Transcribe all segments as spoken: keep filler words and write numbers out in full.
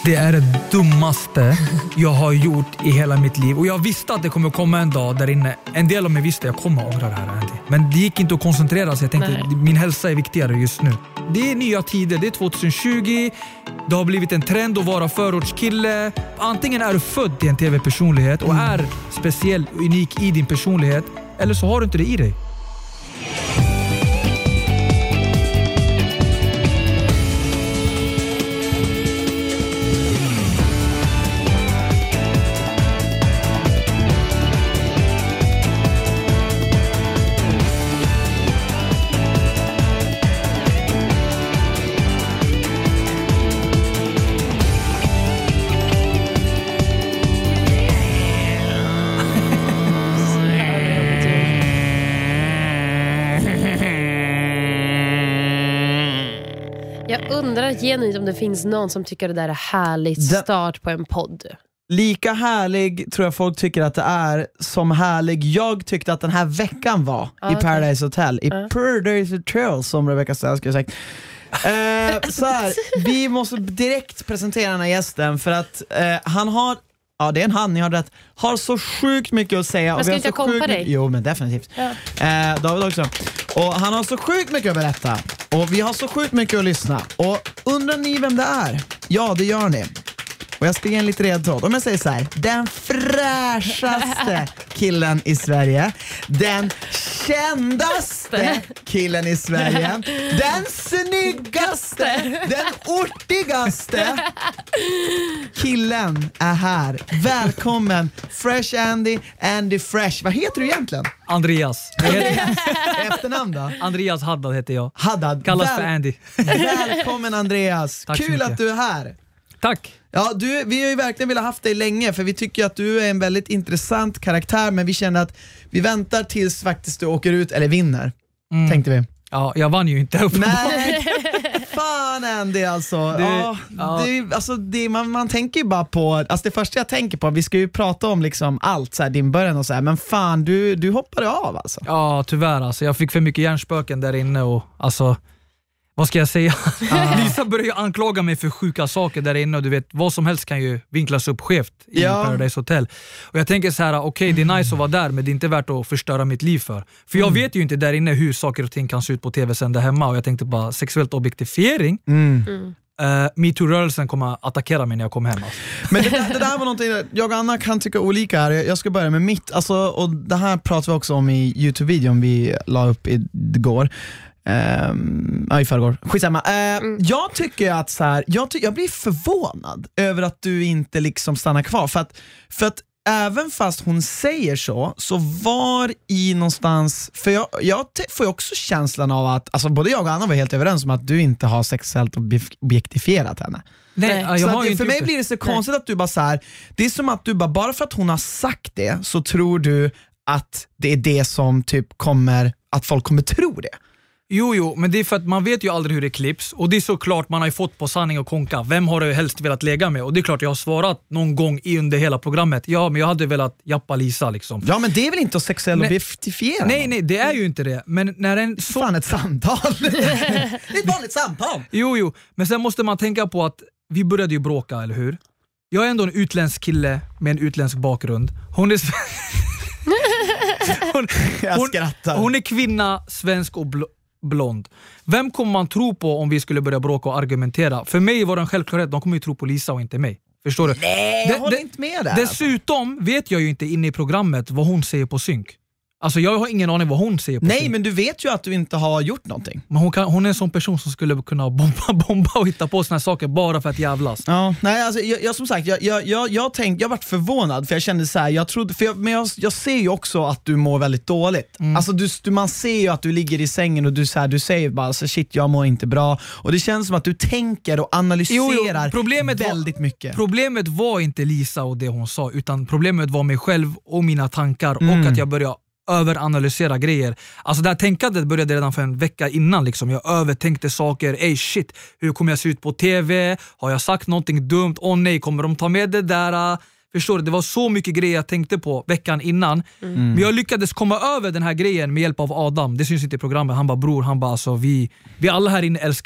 Det är det dummaste jag har gjort i hela mitt liv. Och jag visste att det kommer komma en dag där inne. En del av mig visste att jag kommer att ångra det här, Andy. Men det gick inte att koncentrera sig. Jag tänkte, Nej. min hälsa är viktigare just nu. Det är nya tider, det är tjugohundratjugo. Det har blivit en trend att vara förortskille. Antingen är du född till en tv-personlighet och är speciell och unik i din personlighet. Eller så har du inte det i dig. Jag undrar genuint om det finns någon som tycker det där är härligt start på en podd. Lika härlig tror jag folk tycker att det är som härlig jag tyckte att den här veckan var ah, i Paradise okay. Hotel. I uh. Paradise Hotel, som Rebecca Stell skulle sagt. eh, så här, vi måste direkt presentera den här gästen för att eh, han har, ja det är en han, ni har rätt, har så sjukt mycket att säga. Men ska inte jag kompa dig? Jo men definitivt. Ja. Eh, David också. Och han har så sjukt mycket att berätta. Och vi har så sjukt mycket att lyssna. Och undrar ni vem det är? Ja, det gör ni. Och jag ska ge en lite redtråd. Om jag säger så här: den fräschaste killen i Sverige, den kändaste killen i Sverige, den snyggaste, den ortigaste killen är här. Välkommen Fresh Andy, Andy Fresh. Vad heter du egentligen? Andreas. Efternamn då? Andreas Haddad heter jag. Haddad. Kallas Väl- för Andy. Välkommen Andreas. Tack så Kul mycket. att du är här. Tack. Ja, du, vi har ju verkligen velat haft dig länge, för vi tycker att du är en väldigt intressant karaktär, men vi känner att vi väntar tills faktiskt du åker ut eller vinner, mm. tänkte vi. Ja, jag vann ju inte upp. Nej, fan Andy alltså. Det, ja, ja. Det, alltså det, man, man tänker ju bara på, alltså det första jag tänker på, vi ska ju prata om liksom allt så här, din början och så här, men fan du, du hoppade av alltså. Ja, tyvärr alltså. Jag fick för mycket hjärnspöken där inne och alltså, vad ska jag säga? Ah. Lisa börjar ju anklaga mig för sjuka saker där inne och du vet, vad som helst kan ju vinklas upp skevt i ja. Paradise Hotel. Och jag tänker så här, okej okay, det är nice att vara där, men det är inte värt att förstöra mitt liv för. För jag mm. vet ju inte där inne hur saker och ting kan se ut på tv-sänd där hemma, och jag tänkte bara sexuellt objektifiering. Mm. Mm. Uh, MeToo-rörelsen kommer att attackera mig när jag kommer hem alltså. Men det, det där var någonting, jag och Anna kan tycka olika här. Jag ska börja med mitt, alltså, och det här pratar vi också om i YouTube-videon vi la upp igår. Um, ja, i förrgår. Skitsamma. Uh, mm. Jag tycker att så här, jag, ty- jag blir förvånad över att du inte liksom stannar kvar, för att, för att även fast hon säger så, så var i någonstans, för jag, jag t- får ju också känslan av att, alltså både jag och Anna var helt överens om att du inte har sexuellt objek- objektifierat henne. Nej, jag så har att, ju för mig det. blir det så konstigt att du bara så här, det är som att du bara, bara för att hon har sagt det så tror du att det är det som typ kommer, att folk kommer tro det. Jo, jo, men det är för att man vet ju aldrig hur det klipps. Och det är såklart man har ju fått på sanning och konka. Vem har du helst velat lägga med? Och det är klart jag har svarat någon gång i under hela programmet. Ja, men jag hade velat jappa Lisa liksom. Ja, men det är väl inte att sexuell objektifiera? Nej, nej, det är ju inte det. Men när en så... Fan, ett samtal. Det är ett vanligt samtal. Jo, jo, men sen måste man tänka på att vi började ju bråka, eller hur? Jag är ändå en utländsk kille med en utländsk bakgrund. Hon är... hon, jag skrattar. Hon, hon är kvinna, svensk och blå. blond. Vem kommer man tro på om vi skulle börja bråka och argumentera? För mig var det en självklarhet, de kommer ju tro på Lisa och inte mig. Förstår du? Nej, jag håller inte med där. Dessutom vet jag ju inte inne i programmet vad hon säger på synk. Alltså jag har ingen aning vad hon säger på Nej, synk. men du vet ju att du inte har gjort någonting. Men hon, kan, hon är en sån person som skulle kunna bomba, bomba och hitta på såna här saker bara för att jävlas. Ja, nej, alltså, jag, jag som sagt, jag, jag, jag, jag, tänk, jag varit förvånad, för jag kände så här, jag trodde, för jag, men jag, jag ser ju också att du mår väldigt dåligt. Mm. Alltså du, du, man ser ju att du ligger i sängen och du, så här, du säger bara så, shit, jag mår inte bra. Och det känns som att du tänker och analyserar jo, jo, problemet väldigt var, mycket. Problemet var inte Lisa och det hon sa, utan problemet var mig själv och mina tankar mm. och att jag började överanalysera grejer. Alltså det här tänkandet började redan för en vecka innan liksom. Jag övertänkte saker. Ey shit, hur kommer jag se ut på tv? Har jag sagt någonting dumt? Åh oh, nej, kommer de ta med det där? Förstår du? Det var så mycket grejer jag tänkte på veckan innan. Mm. Men jag lyckades komma över den här grejen med hjälp av Adam. Det syns inte i programmet. Han bara, bror, han bara, alltså, vi, vi alla här inne älskar dig.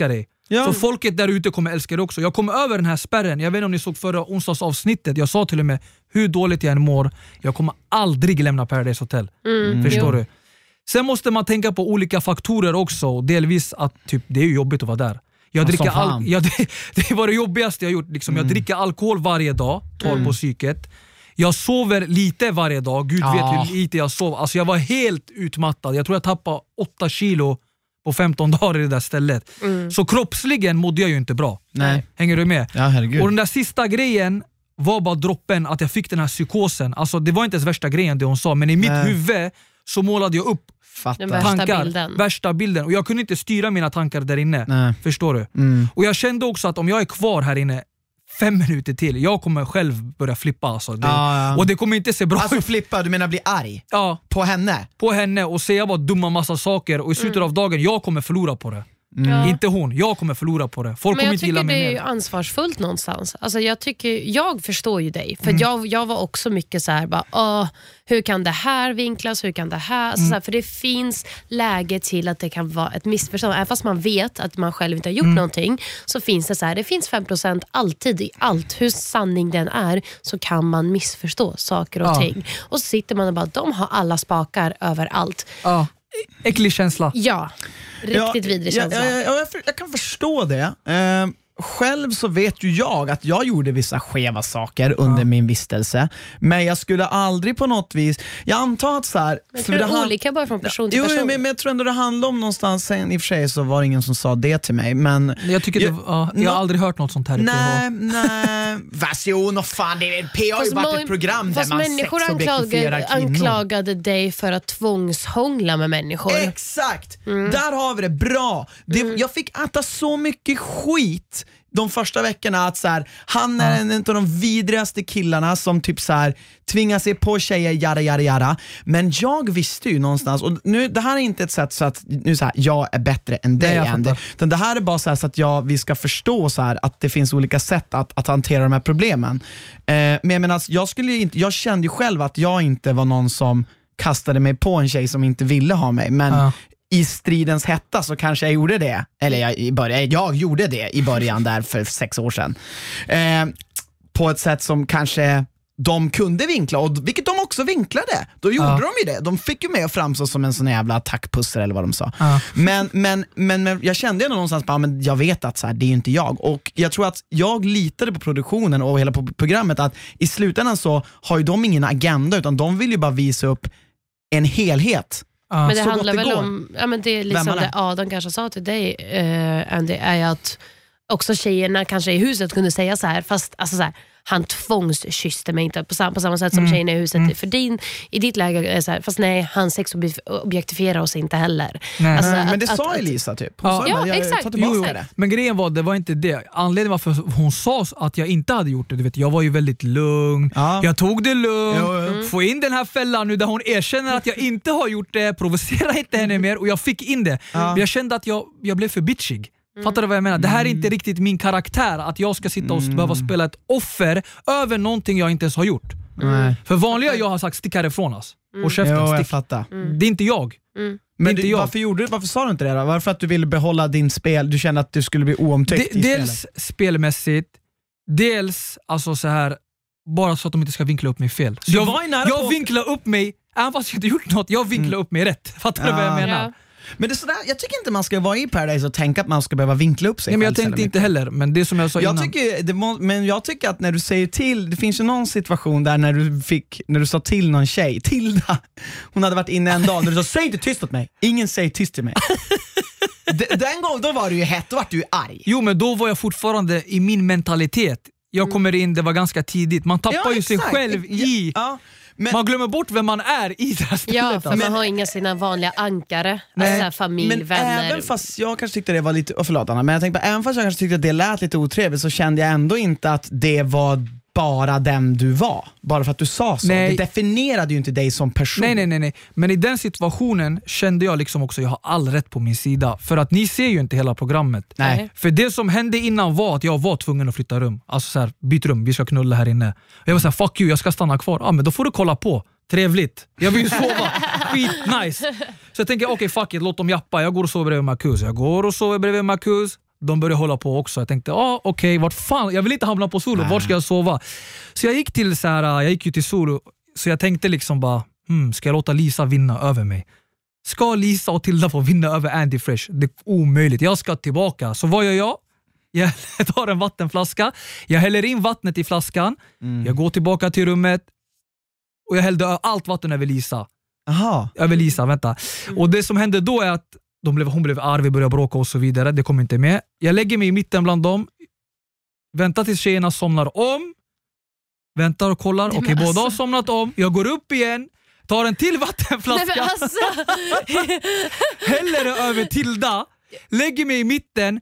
Ja. Så folket där ute kommer älska det också. Jag kom över den här spärren. Jag vet inte om ni såg förra onsdagsavsnittet. Jag sa till och med hur dåligt jag än mår. Jag kommer aldrig lämna Paradise Hotel. Mm. Förstår Jo. du? Sen måste man tänka på olika faktorer också. Delvis att typ, det är ju jobbigt att vara där. Jag dricker al- ja, det, det var det jobbigaste jag gjort. Liksom. Jag dricker alkohol varje dag. Tar mm. på psyket. Jag sover lite varje dag. Gud ja. vet hur lite jag sov. Alltså jag var helt utmattad. Jag tror jag tappade åtta kilo på femton dagar i det där stället. Mm. Så kroppsligen mådde jag ju inte bra. Nej. Hänger du med? Ja, herregud. Och den där sista grejen var bara droppen att jag fick den här psykosen. Alltså det var inte ens värsta grejen det hon sa. Men i mitt Nej. huvud så målade jag upp den värsta tankar, bilden. värsta bilden. Och jag kunde inte styra mina tankar där inne. Nej. Förstår du? Mm. Och jag kände också att om jag är kvar här inne fem minuter till, jag kommer själv börja flippa alltså. det, ja, ja. Och det kommer inte se bra Alltså ut. flippa, du menar bli arg? Ja, På henne? på henne och säga bara dumma massa saker. Och i slutet Mm. av dagen, jag kommer förlora på det. Ja. Inte hon, jag kommer förlora på det. Folk Men kommer jag inte gilla tycker det mig är ju mer. ansvarsfullt någonstans. Alltså jag, tycker, jag förstår ju dig. För Mm. jag, jag var också mycket så här, bara, Åh, hur kan det här vinklas? Hur kan det här? Alltså Mm. så här? För det finns läge till att det kan vara ett missförstånd. Även fast man vet att man själv inte har gjort Mm. någonting, så finns det så här, det finns fem procent alltid i allt. Hur sanning den är, så kan man missförstå saker och Ja. ting. Och så sitter man och bara, de har alla spakar överallt. Ja. Äcklig känsla. Ja, riktigt vidrig känsla. Ja, ja, ja, jag, för, jag kan förstå det. Eh, själv så vet ju jag att jag gjorde vissa skeva saker under Ja. min vistelse. Men jag skulle aldrig på något vis... Jag antar att så här... Men för tror det det är han- olika bara från person till Jo, person? men, men jag tror ändå det handlar om någonstans, sen i och för sig så var det ingen som sa det till mig, men... Jag, tycker Jag- det, ja, jag har nå- aldrig hört något sånt här i P H. Nej, nej. Vasion och fan, det är, P H har ju Fast varit man- ett program där fast man människor sexobjektifierar anklagade, kvinnor. anklagade dig för att tvångshångla med människor. Exakt! Där har vi det, bra. Det, Jag fick äta så mycket skit de första veckorna att så här, han är en av de vidrigaste killarna som typ så här tvingar sig på tjejer, jara jara jara. Men jag visste ju någonstans, och nu, det här är inte ett sätt så att nu så här, jag är bättre än dig, Nej, jag än fattar. det, utan det här är bara så, här, så att jag, vi ska förstå så här, att det finns olika sätt att, att hantera de här problemen. Eh, men jag menar, alltså, jag, skulle inte, jag kände ju själv att jag inte var någon som kastade mig på en tjej som inte ville ha mig, men Ja. i stridens hetta så kanske jag gjorde det. Eller jag, i början, jag gjorde det i början där för sex år sedan. Eh, på ett sätt som kanske de kunde vinkla, och vilket de också vinklade. Då gjorde Ja. de ju det. De fick ju med att framstå som en sån jävla attackpusser eller vad de sa. Ja. Men, men, men, men jag kände ändå någonstans bara, men jag vet att så här, det är ju inte jag. Och jag tror att jag litade på produktionen och hela på programmet, att i slutändan så har ju de ingen agenda, utan de vill ju bara visa upp en helhet. Ja. Men det så gott handlar det väl går. om, ja, men det är Vem liksom man är. det Adam kanske sa till dig, eh, Andy, är ju att också tjejerna kanske i huset kunde säga så här, fast alltså så här, han tvångskysste mig inte på samma, på samma sätt som Mm. tjejerna i huset. Mm. För din, i ditt läge är så här, fast nej, han sexobjektifierar oss inte heller. Nej. Alltså, men att- det att- sa att- Elisa typ. Hon Ja. sa ju Ja, bara, jag exakt. tar tillbaka Jo, det. Men grejen var, det var inte det. Anledningen varför hon sa att jag inte hade gjort det, du vet, jag var ju väldigt lugn. Ja. Jag tog det lugnt. Jo, jo. Mm. Få in den här fällan nu där hon erkänner att jag inte har gjort det, provocera inte henne mer, och jag fick in det. Ja. Men jag kände att jag, jag blev för bitchig. Fattar du vad jag menar? Det här är inte riktigt min karaktär, att jag ska sitta och behöva spela ett offer över någonting jag inte ens har gjort. Nej. För vanliga jag har sagt stick härifrån oss. Och käften, Jo, jag stick. fattar. Det är inte jag. Mm. Men inte du, jag. varför, gjorde du, varför sa du inte det då? Varför att du ville behålla din spel? Du kände att du skulle bli oomtyckt De, i dels spelet? spelmässigt, dels alltså så här, bara så att de inte ska vinkla upp mig fel. Så Du jag var ju nära jag på- vinklar upp mig, även fast jag inte gjort något, jag vinklar upp mig rätt. Fattar du Ja. vad jag menar? Ja. Men det är sådär, jag tycker inte man ska vara i Paradise och tänka att man ska behöva vinkla upp sig Nej, men jag själv så tänkte mycket. inte heller, men det som jag sa Jag innan. tycker, det må, men jag tycker att när du säger till, det finns ju någon situation där när du fick, när du sa till någon tjej, Tilda, hon hade varit inne en dag, när du sa säg inte tyst åt mig, ingen säger tyst till mig. D- den gången, då var du ju hett, då var du ju arg. Jo, men då var jag fortfarande i min mentalitet. Jag kommer in, det var ganska tidigt. Man tappar ju sig exakt. själv i... Ja, men, Man glömmer bort vem man är i det här stället. Ja, för alltså. man Men- har inga sina vanliga ankare. Nej, Alltså så här, familj, men vänner. även fast jag kanske tyckte det var lite, oh, förlåt Anna, men jag tänkte på, även fast jag kanske tyckte att det lät lite otrevligt, så kände jag ändå inte att det var bara den du var. Bara för att du sa så. Nej. Det definierade ju inte dig som person. Nej, nej, nej, nej. Men i den situationen kände jag liksom också jag har all rätt på min sida. För att ni ser ju inte hela programmet. Nej. För det som hände innan var att jag var tvungen att flytta rum. Alltså så här, byt rum, vi ska knulla här inne. Och jag var såhär, fuck you, jag ska stanna kvar. Ja, men då får du kolla på. Trevligt. Jag vill ju sova. Skit nice. Så jag tänker, okej okay, fuck it, låt dem jappa. Jag går och sover bredvid Marcus. Jag går och sover bredvid Marcus. de började hålla på också. Jag tänkte, ah, okej, okay, vart fan, jag vill inte hamna på solo, vart ska jag sova? Så jag gick till så här, jag gick ju till solo, så jag tänkte liksom bara, hmm, ska jag låta Lisa vinna över mig? Ska Lisa och Tilda få vinna över Andy Fresh? Det är omöjligt, jag ska tillbaka. Så vad gör jag? Jag tar en vattenflaska, jag häller in vattnet i flaskan, mm. jag går tillbaka till rummet och jag hällde allt vatten över Lisa. Aha. Över Lisa, vänta. Och det som hände då är att de blev, hon blev arg, vi började bråka och så vidare. Det kom inte med. Jag lägger mig i mitten bland dem, väntar tills tjejerna somnar om, väntar och kollar. Okej, okay, alltså. Båda har somnat om. Jag går upp igen, tar en till vattenflaska. Nej, alltså. Häller det över Tilda, lägger mig i mitten,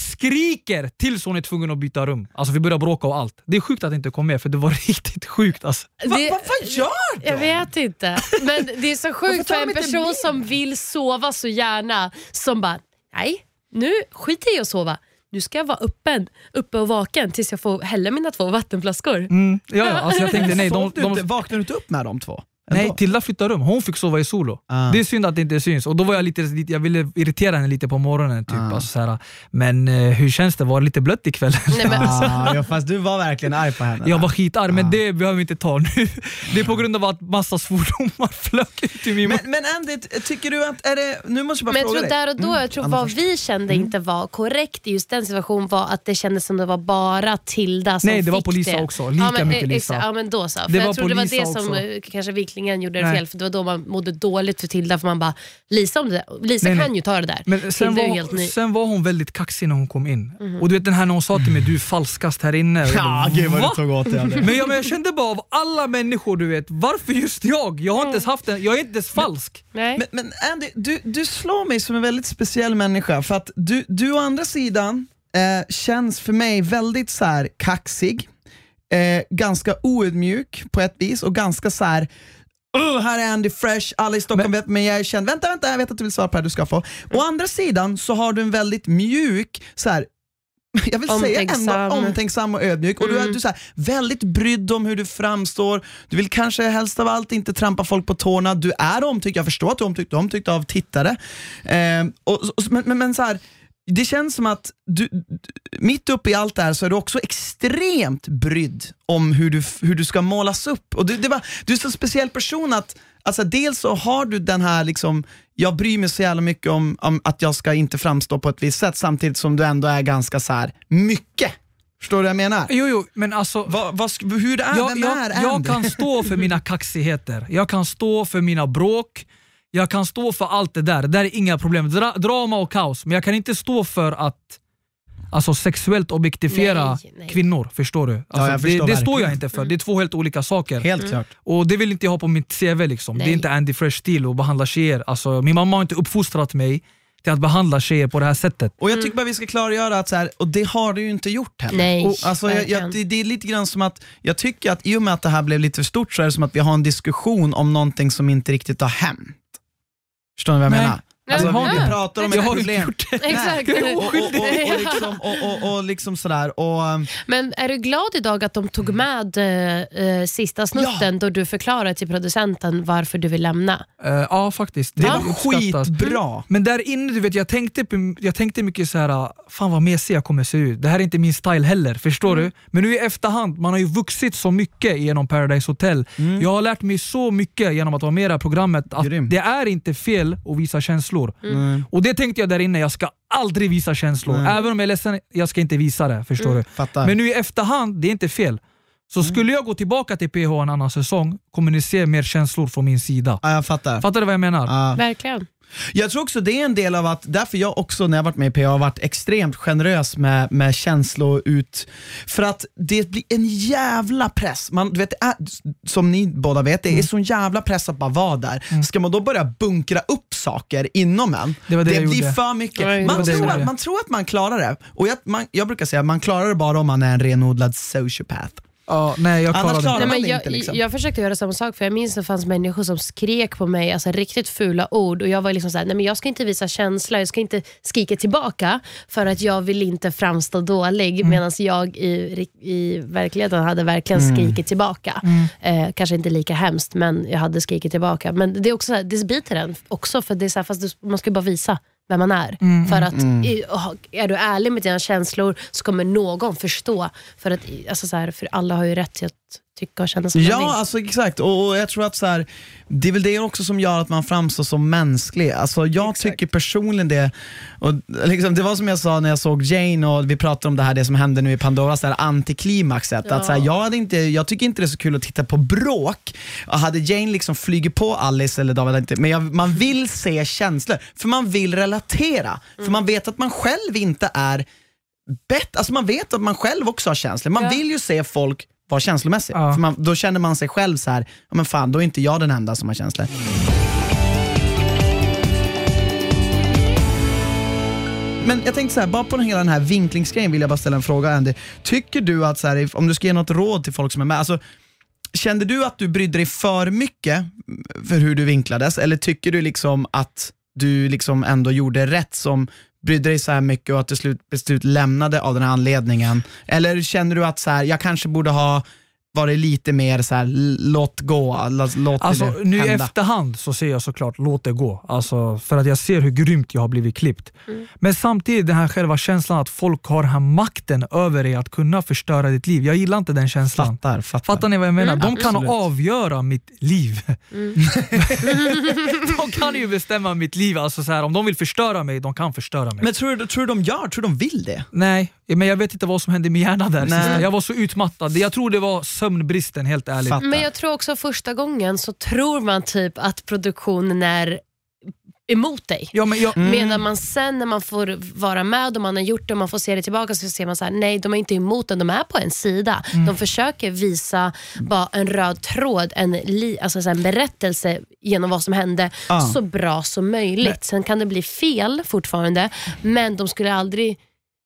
skriker tills hon är tvungen att byta rum. Alltså vi börjar bråka och allt. Det är sjukt att det inte kom med, för det var riktigt sjukt alltså. Det, Va, vad gör de? Jag vet inte. Men det är så sjukt för en person som vill sova så gärna, som bara, nej, nu skit i att sova. Nu ska jag vara öppen, uppe och vaken tills jag får hälla mina två vattenflaskor. Mm, ja, ja, alltså jag tänkte nej. De, de, de... Vaknar du inte upp med de två? Nej, Tilda flyttade rum. Hon fick sova i solo. Ah. Det är synd att det inte syns. Och då var jag lite, jag ville irritera henne lite på morgonen typ. Ah. Alltså, såhär. Men eh, hur känns det? Var det lite blött ikväll? Nej, men alltså. ah, ja, fast du var verkligen arg på henne. Jag var skitarg, ah. men det behöver vi inte ta nu. Det är på grund av att massa svordomar flög ut i min. Men, men Andy, tycker du att är det, nu måste jag bara men fråga jag tror dig. där och då, mm. jag tror mm. vad vi kände mm. inte var korrekt i just den situationen var att det kändes som det var bara Tilda som Nej, det var på Lisa det. också. Lika ja, men, mycket Lisa. Ja, men då så. För det jag var tror det var Lisa det som också. kanske viklingen gjorde Nej. fel. För det var då man mådde dåligt för Tilda, för man bara, Lisa, om det, Lisa nej, kan nej. ju ta det där. Men sen var, helt ny. sen var hon väldigt kaxig när hon kom in. Mm. Och du vet den här när hon sa till mig, du är falskast här inne. Ja, bara, gud vad du tog åt det. Men, jag, men jag kände bara av alla människor, du vet, varför just jag? Jag har inte ens haft en, jag är inte ens falsk. Nej. Men, men Andy, du, du slår mig som en väldigt speciell människa, för att du, du å andra sidan eh, känns för mig väldigt så här kaxig, eh, ganska oödmjuk på ett vis och ganska så här. Oh, här är Andy Fresh, alla i Stockholm men, vet men jag är känd. Vänta, vänta, jag vet att du vill svara på det här, du ska få. Å andra sidan så har du en väldigt mjuk, så här, jag vill omtänksam. säga ändå omtänksam och ödmjuk. Mm. Och du är, du är så här, väldigt brydd om hur du framstår. Du vill kanske helst av allt inte trampa folk på tårna. Du är omtyckt, jag förstår att du är omtyckt, omtyckt av tittare. Eh, och, och, men, men, men så här, det känns som att du, mitt uppe i allt det här så är du också extremt brydd om hur du, hur du ska målas upp. Och du, det var, du är så speciell person att alltså, dels så har du den här liksom, jag bryr mig så jävla mycket om, om att jag ska inte framstå på ett visst sätt, samtidigt som du ändå är ganska så här mycket. Förstår du vad jag menar? Jo, jo, men alltså va, va, hur det är, jag, vem jag, är jag kan stå för mina kaxigheter. Jag kan stå för mina bråk. Jag kan stå för allt det där. Det där är inga problem. Dra, drama och kaos. Men jag kan inte stå för att alltså, sexuellt objektifiera nej, nej. kvinnor. Förstår du? Alltså, ja, förstår det, det står jag inte för. Det är två helt olika saker. Helt mm. klart. Och det vill inte jag ha på mitt C V. Liksom. Det är inte Andy Fresh stil att behandla tjejer. Alltså, min mamma har inte uppfostrat mig till att behandla tjejer på det här sättet. Och jag tycker bara vi ska klargöra att så här, och det har du ju inte gjort heller. Nej, och, alltså, jag, jag, det, det är lite grann som att jag tycker att i och med att det här blev lite för stort så är det som att vi har en diskussion om någonting som inte riktigt har hänt. Förstår ni vad jag Nej. menar? Alltså, Nej. vi pratar om jag ett har problem. gjort det. Exakt. Och, och, och, och, liksom, och, och, och liksom sådär. Och, men är du glad idag att de tog med äh, sista snutten ja. då du förklarade till producenten varför du vill lämna? Uh, ja, faktiskt. Det, det var skitbra. Mm. Men där inne, du vet, jag tänkte, jag tänkte mycket så här, fan vad mesig jag kommer se ut. Det här är inte min style heller, förstår mm. du? Men nu i efterhand, man har ju vuxit så mycket genom Paradise Hotel. Mm. Jag har lärt mig så mycket genom att vara med i det här programmet att Grym. det är inte fel att visa känslor. Mm. Och det tänkte jag där inne, jag ska aldrig visa känslor. Mm. Även om jag är ledsen, jag ska inte visa det, förstår mm. du? Fattar. Men nu i efterhand, det är inte fel. Så mm. skulle jag gå tillbaka till P H en annan säsong, kommer ni se mer känslor från min sida. Ja, jag fattar. Fattar du vad jag menar? Ja. Verkligen. Jag tror också det är en del av att, därför jag också när jag varit med i P H har varit extremt generös med, med känslor ut, för att det blir en jävla press. Man, du vet, är, som ni båda vet, det är mm. sån jävla press att bara vara där. Mm. Ska man då börja bunkra upp saker inom en, det, var det, det blir gjorde. för mycket. Det man, det tror att, man tror att man klarar det. Och jag, man, jag brukar säga att man klarar det bara om man är en renodlad sociopath. Ja, nej, jag Annars klarar nej, man men jag, inte liksom. jag försökte göra samma sak, för jag minns att det fanns människor som skrek på mig, alltså riktigt fula ord, och jag var liksom såhär, nej men jag ska inte visa känsla, jag ska inte skrika tillbaka för att jag vill inte framstå dålig, mm. medan jag i, i verkligheten hade verkligen mm. skrikit tillbaka. Mm. Eh, kanske inte lika hemskt, men jag hade skrikit tillbaka. Men det är också såhär, det biter en också, för det är såhär, fast man ska bara visa vem man är. Mm, för att mm. i, är du ärlig med dina känslor så kommer någon förstå. För att alltså så här, för alla har ju rätt till att tycka och känna som Ja, man vill. alltså exakt. Och, och jag tror att så här, det är väl det också som gör att man framstår som mänsklig. Alltså jag Exakt. tycker personligen det, och liksom, det var som jag sa när jag såg Jane och vi pratade om det här, det som hände nu i Pandora, så här antiklimaxet. Ja. Att så här, jag, hade inte, jag tycker inte det är så kul att titta på bråk. Och hade Jane liksom flugit på Alice eller David, inte, men jag, man vill se känslor, för man vill relatera. Mm. För man vet att man själv inte är bättre, alltså man vet att man själv också har känslor. Man Ja. vill ju se folk vara känslomässig. Ja. För man, då känner man sig själv så här, ja men fan, då är inte jag den enda som har känslor. Men jag tänkte så här, bara på hela den här vinklingsgrejen vill jag bara ställa en fråga, Andy. Tycker du att så här, om du ska ge något råd till folk som är med, alltså, kände du att du brydde dig för mycket för hur du vinklades, eller tycker du liksom att du liksom ändå gjorde rätt som brydde dig så här mycket och att du slut, beslut lämnade av den här anledningen? Eller känner du att så här, jag kanske borde ha varit lite mer så här, låt gå, låt Alltså det nu i hända? efterhand så ser jag såklart låt det gå, alltså, för att jag ser hur grymt jag har blivit klippt. Mm. Men samtidigt den här själva känslan att folk har den här makten över dig att kunna förstöra ditt liv. Jag gillar inte den känslan. Fattar, fattar. Fattar ni vad jag menar? Mm, De kan absolut. avgöra mitt liv. Mm. De kan ju bestämma mitt liv. Alltså så här, om de vill förstöra mig, de kan förstöra mig. Men tror du, tror du de gör? Tror du de vill det? Nej, men jag vet inte vad som hände med hjärnan där. Nej. Sista. Jag var så utmattad. Jag tror det var sömnbristen, helt ärligt. Fattar. Men jag tror också första gången så tror man typ att produktionen är emot dig. Ja, men jag, Mm. Medan man sen när man får vara med och man har gjort det och man får se det tillbaka, så ser man så här: nej, de är inte emot den, de är på en sida. Mm. De försöker visa bara en röd tråd, en, li, alltså så här, en berättelse genom vad som hände Ah. så bra som möjligt. Sen kan det bli fel fortfarande, men de skulle aldrig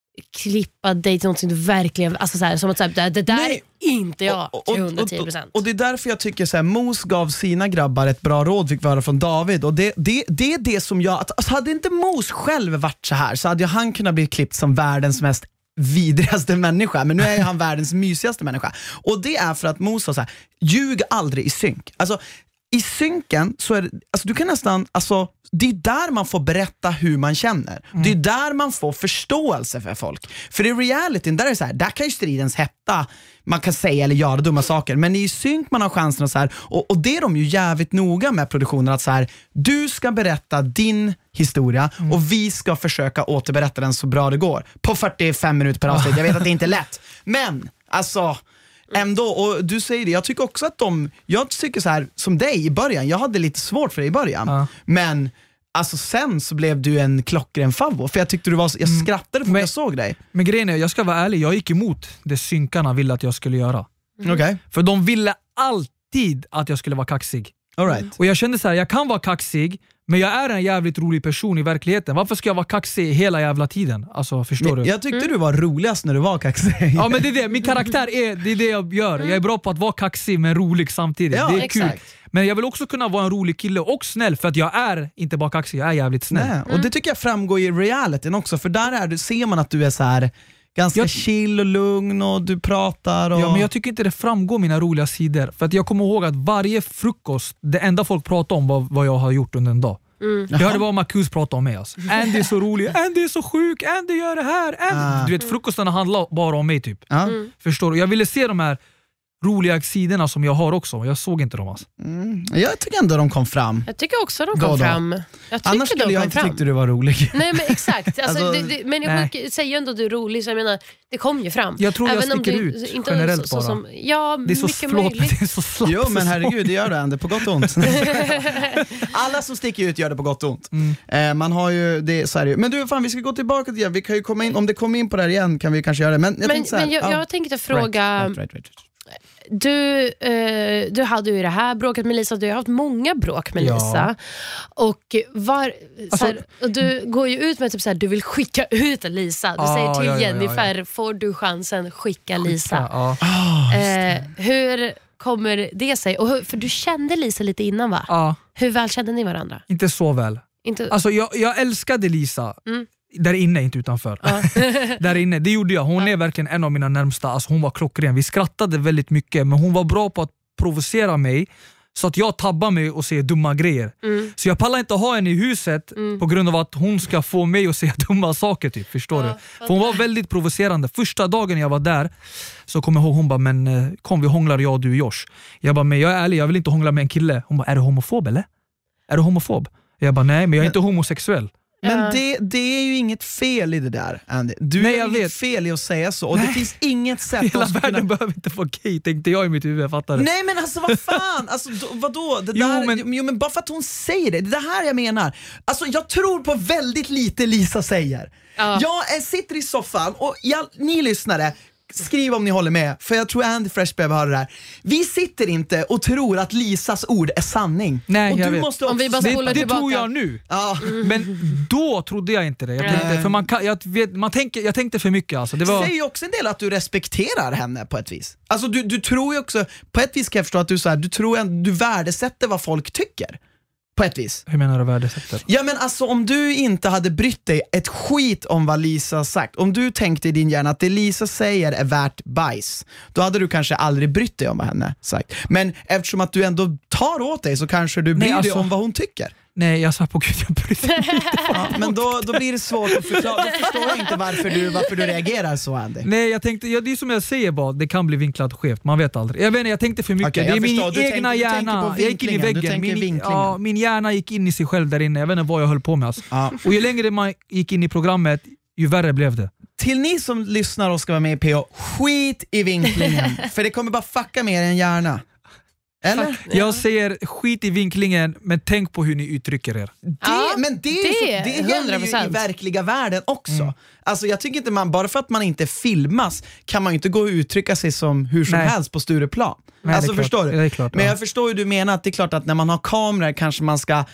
klippa dig till någonting du verkligen, alltså så här, som att så här, det där Nej. är inte jag Och- och- till och- hundratio procent. Och, och det är därför jag tycker så här, Mos gav sina grabbar ett bra råd, fick vi höra från David. Och det, det, det är det som jag, att, alltså, hade inte Mos själv varit så här, så hade ju han kunnat bli klippt som världens mest vidrigaste människa. Men nu är ju han världens mysigaste människa. Och det är för att Mos sa så här: ljug aldrig i synk. Alltså i synken så är det, alltså du kan nästan, alltså det är där man får berätta hur man känner. Mm. Det är där man får förståelse för folk. För i realityn, där är det så här, där kan ju stridens hetta, man kan säga eller göra dumma saker, men i synk man har chansen att så här, och, och det är de ju jävligt noga med produktionen, att så här, du ska berätta din historia mm. och vi ska försöka återberätta den så bra det går. På fyrtiofem minuter per avsnitt. Jag vet att det inte är lätt. Men, alltså ändå, och du säger det, jag tycker också att de, jag tycker så här som dig i början, jag hade lite svårt för dig i början, Ja. men alltså sen så blev du en klockren favvo, för jag tyckte du var, jag skrattade för Men- att jag såg dig. men grejen är, jag ska vara ärlig, jag gick emot det synkarna ville att jag skulle göra. Okej, okay. För de ville alltid att jag skulle vara kaxig. all right. Och jag kände så här, jag kan vara kaxig, men jag är en jävligt rolig person i verkligheten. Varför ska jag vara kaxig hela jävla tiden? Alltså, förstår Men du? jag tyckte du var roligast när du var kaxig. Ja, men det är det. Min karaktär är det, är det jag gör. Jag är bra på att vara kaxig men rolig samtidigt. Ja, det är exakt. kul. Men jag vill också kunna vara en rolig kille och snäll, för att jag är inte bara kaxig, jag är jävligt snäll. Nej, och det tycker jag framgår i realityn också, för där är du, ser man att du är så här ganska Jag- chill och lugn och du pratar och... Ja, men jag tycker inte det framgår mina roliga sidor. För att jag kommer ihåg att varje frukost, det enda folk pratade om var vad jag har gjort under en dag. Mm. Jag hörde bara Marcus prata om mig. Alltså. Andy är så rolig, Andy är så sjuk, Andy gör det här. Andy. Ah. Du vet, frukostarna handlar bara om mig typ. Ja. Förstår du? Jag ville se de här roliga sidorna som jag har också. Jag såg inte dem alltså. Mm. Jag tycker ändå de kom fram. Jag tycker också de Då kom och då. fram. Jag tycker Annars de skulle jag kom inte fram. tyckte du var rolig. Nej, men exakt. Alltså, Alltså, det, det, människor säger ju ändå att du är rolig, så jag menar, det kom ju fram. Jag tror jag Även om sticker du ut inte generellt så, så, bara. som, ja, Det är så, mycket förlåt, men möjligt. det är så slappt. Jo men herregud, det gör det Andy, på gott och ont. Alla som sticker ut gör det på gott och ont. Mm. Eh, man har ju det, så är det ju. Men du, fan vi ska gå tillbaka till det. Vi kan ju komma in, om det kommer in på det här igen kan vi kanske göra det. Men jag Men, tänkte så här, men jag, ja. jag tänkte fråga, Right, right, right, right. du, eh, du hade ju det här bråket med Lisa, du har haft många bråk med Ja. Lisa. Och, var, Alltså- så här, och du går ju ut med typ så här, du vill skicka ut Lisa. Du Ah, säger till ja, ja, ja, Jennifer, får du chansen, skicka Lisa. Ja, Eh, hur kommer det sig? Och hur, för du kände Lisa lite innan, va? ja, Hur väl kände ni varandra? inte så väl. Inte... Alltså, jag, jag älskade Lisa. Mm. Där inne, inte utanför. Ja. Där inne, det gjorde jag. Hon är verkligen en av mina närmsta. Alltså, hon var klockren. Vi skrattade väldigt mycket, men hon var bra på att provocera mig Så att jag tabbar mig och säger dumma grejer. Mm. Så jag pallar inte ha henne i huset mm. på grund av att hon ska få mig att säga dumma saker typ, förstår ja, du? För hon var väldigt provocerande. Första dagen jag var där så kom jag ihåg, hon bara, men kom vi hånglar jag och du Josh. Jag bara, men jag är ärlig, jag vill inte hångla med en kille. Hon bara, är du homofob eller? Är du homofob? Jag bara, nej men jag är inte homosexuell. Men uh. det, det är ju inget fel i det där, Andy. Du Nej, är jag inget vet. fel i att säga så. Och Nej. det finns inget sätt Hela att världen kunna... behöver inte få gay, tänkte jag i mitt huvud, jag fattar det. Nej men alltså vad fan, alltså, då, vadå? Det Jo, där, men... jo men bara för att hon säger det, det är det här jag menar. Alltså jag tror på väldigt lite Lisa säger. uh. Jag är, sitter i soffan och jag, ni lyssnare, skriv om ni håller med, för jag tror Andy Fresh behöver höra det här. Vi sitter inte och tror att Lisas ord är sanning. Nej, och jag du vet. måste också... Om vi bara det det tillbaka. tror jag nu. Ja. Mm. Men då trodde jag inte det. Jag, tänkte, för man kan, jag, vet, man tänker, jag tänkte för mycket. Alltså. Det var... säger ju också en del att du respekterar henne på ett vis. Alltså du, du tror ju också, på ett vis kan jag förstå att du, så här, du, tror, du värdesätter vad folk tycker. På ett vis. Hur menar du värdesätter? Ja men alltså om du inte hade brytt dig ett skit om vad Lisa har sagt, om du tänkte i din hjärna att det Lisa säger är värt bajs, då hade du kanske aldrig brytt dig om vad henne sagt. Men eftersom att du ändå tar åt dig så kanske du bryr Nej, alltså... dig om vad hon tycker. Nej, jag sa på gud, jag bryr mig inte. Ja, men då, då blir det svårt att förklara. Då förstår jag inte varför du, varför du reagerar så, Andy. Nej, jag tänkte, ja, det är som jag säger bara, det kan bli vinklat skevt, man vet aldrig. Jag vet inte, jag tänkte för mycket. Okay, det är min förstår. egna tänker, hjärna. Jag gick in i väggen. Min, ja, min hjärna gick in i sig själv där inne. Jag vet inte vad jag höll på med. Alltså. Ja. Och ju längre man gick in i programmet, ju värre blev det. Till ni som lyssnar och ska vara med i P H, skit i vinklingen. För det kommer bara fucka med er en hjärna. Eller? Jag säger skit i vinklingen, men tänk på hur ni uttrycker er. Det, ja, men det, är det, så, det gäller ju i verkliga världen också. Mm. Alltså jag tycker inte man, bara för att man inte filmas kan man ju inte gå och uttrycka sig som hur som Nej. helst på Stureplan. Nej, alltså förstår du? Klart, men ja. jag förstår ju du menar att det är klart att när man har kameror kanske man ska,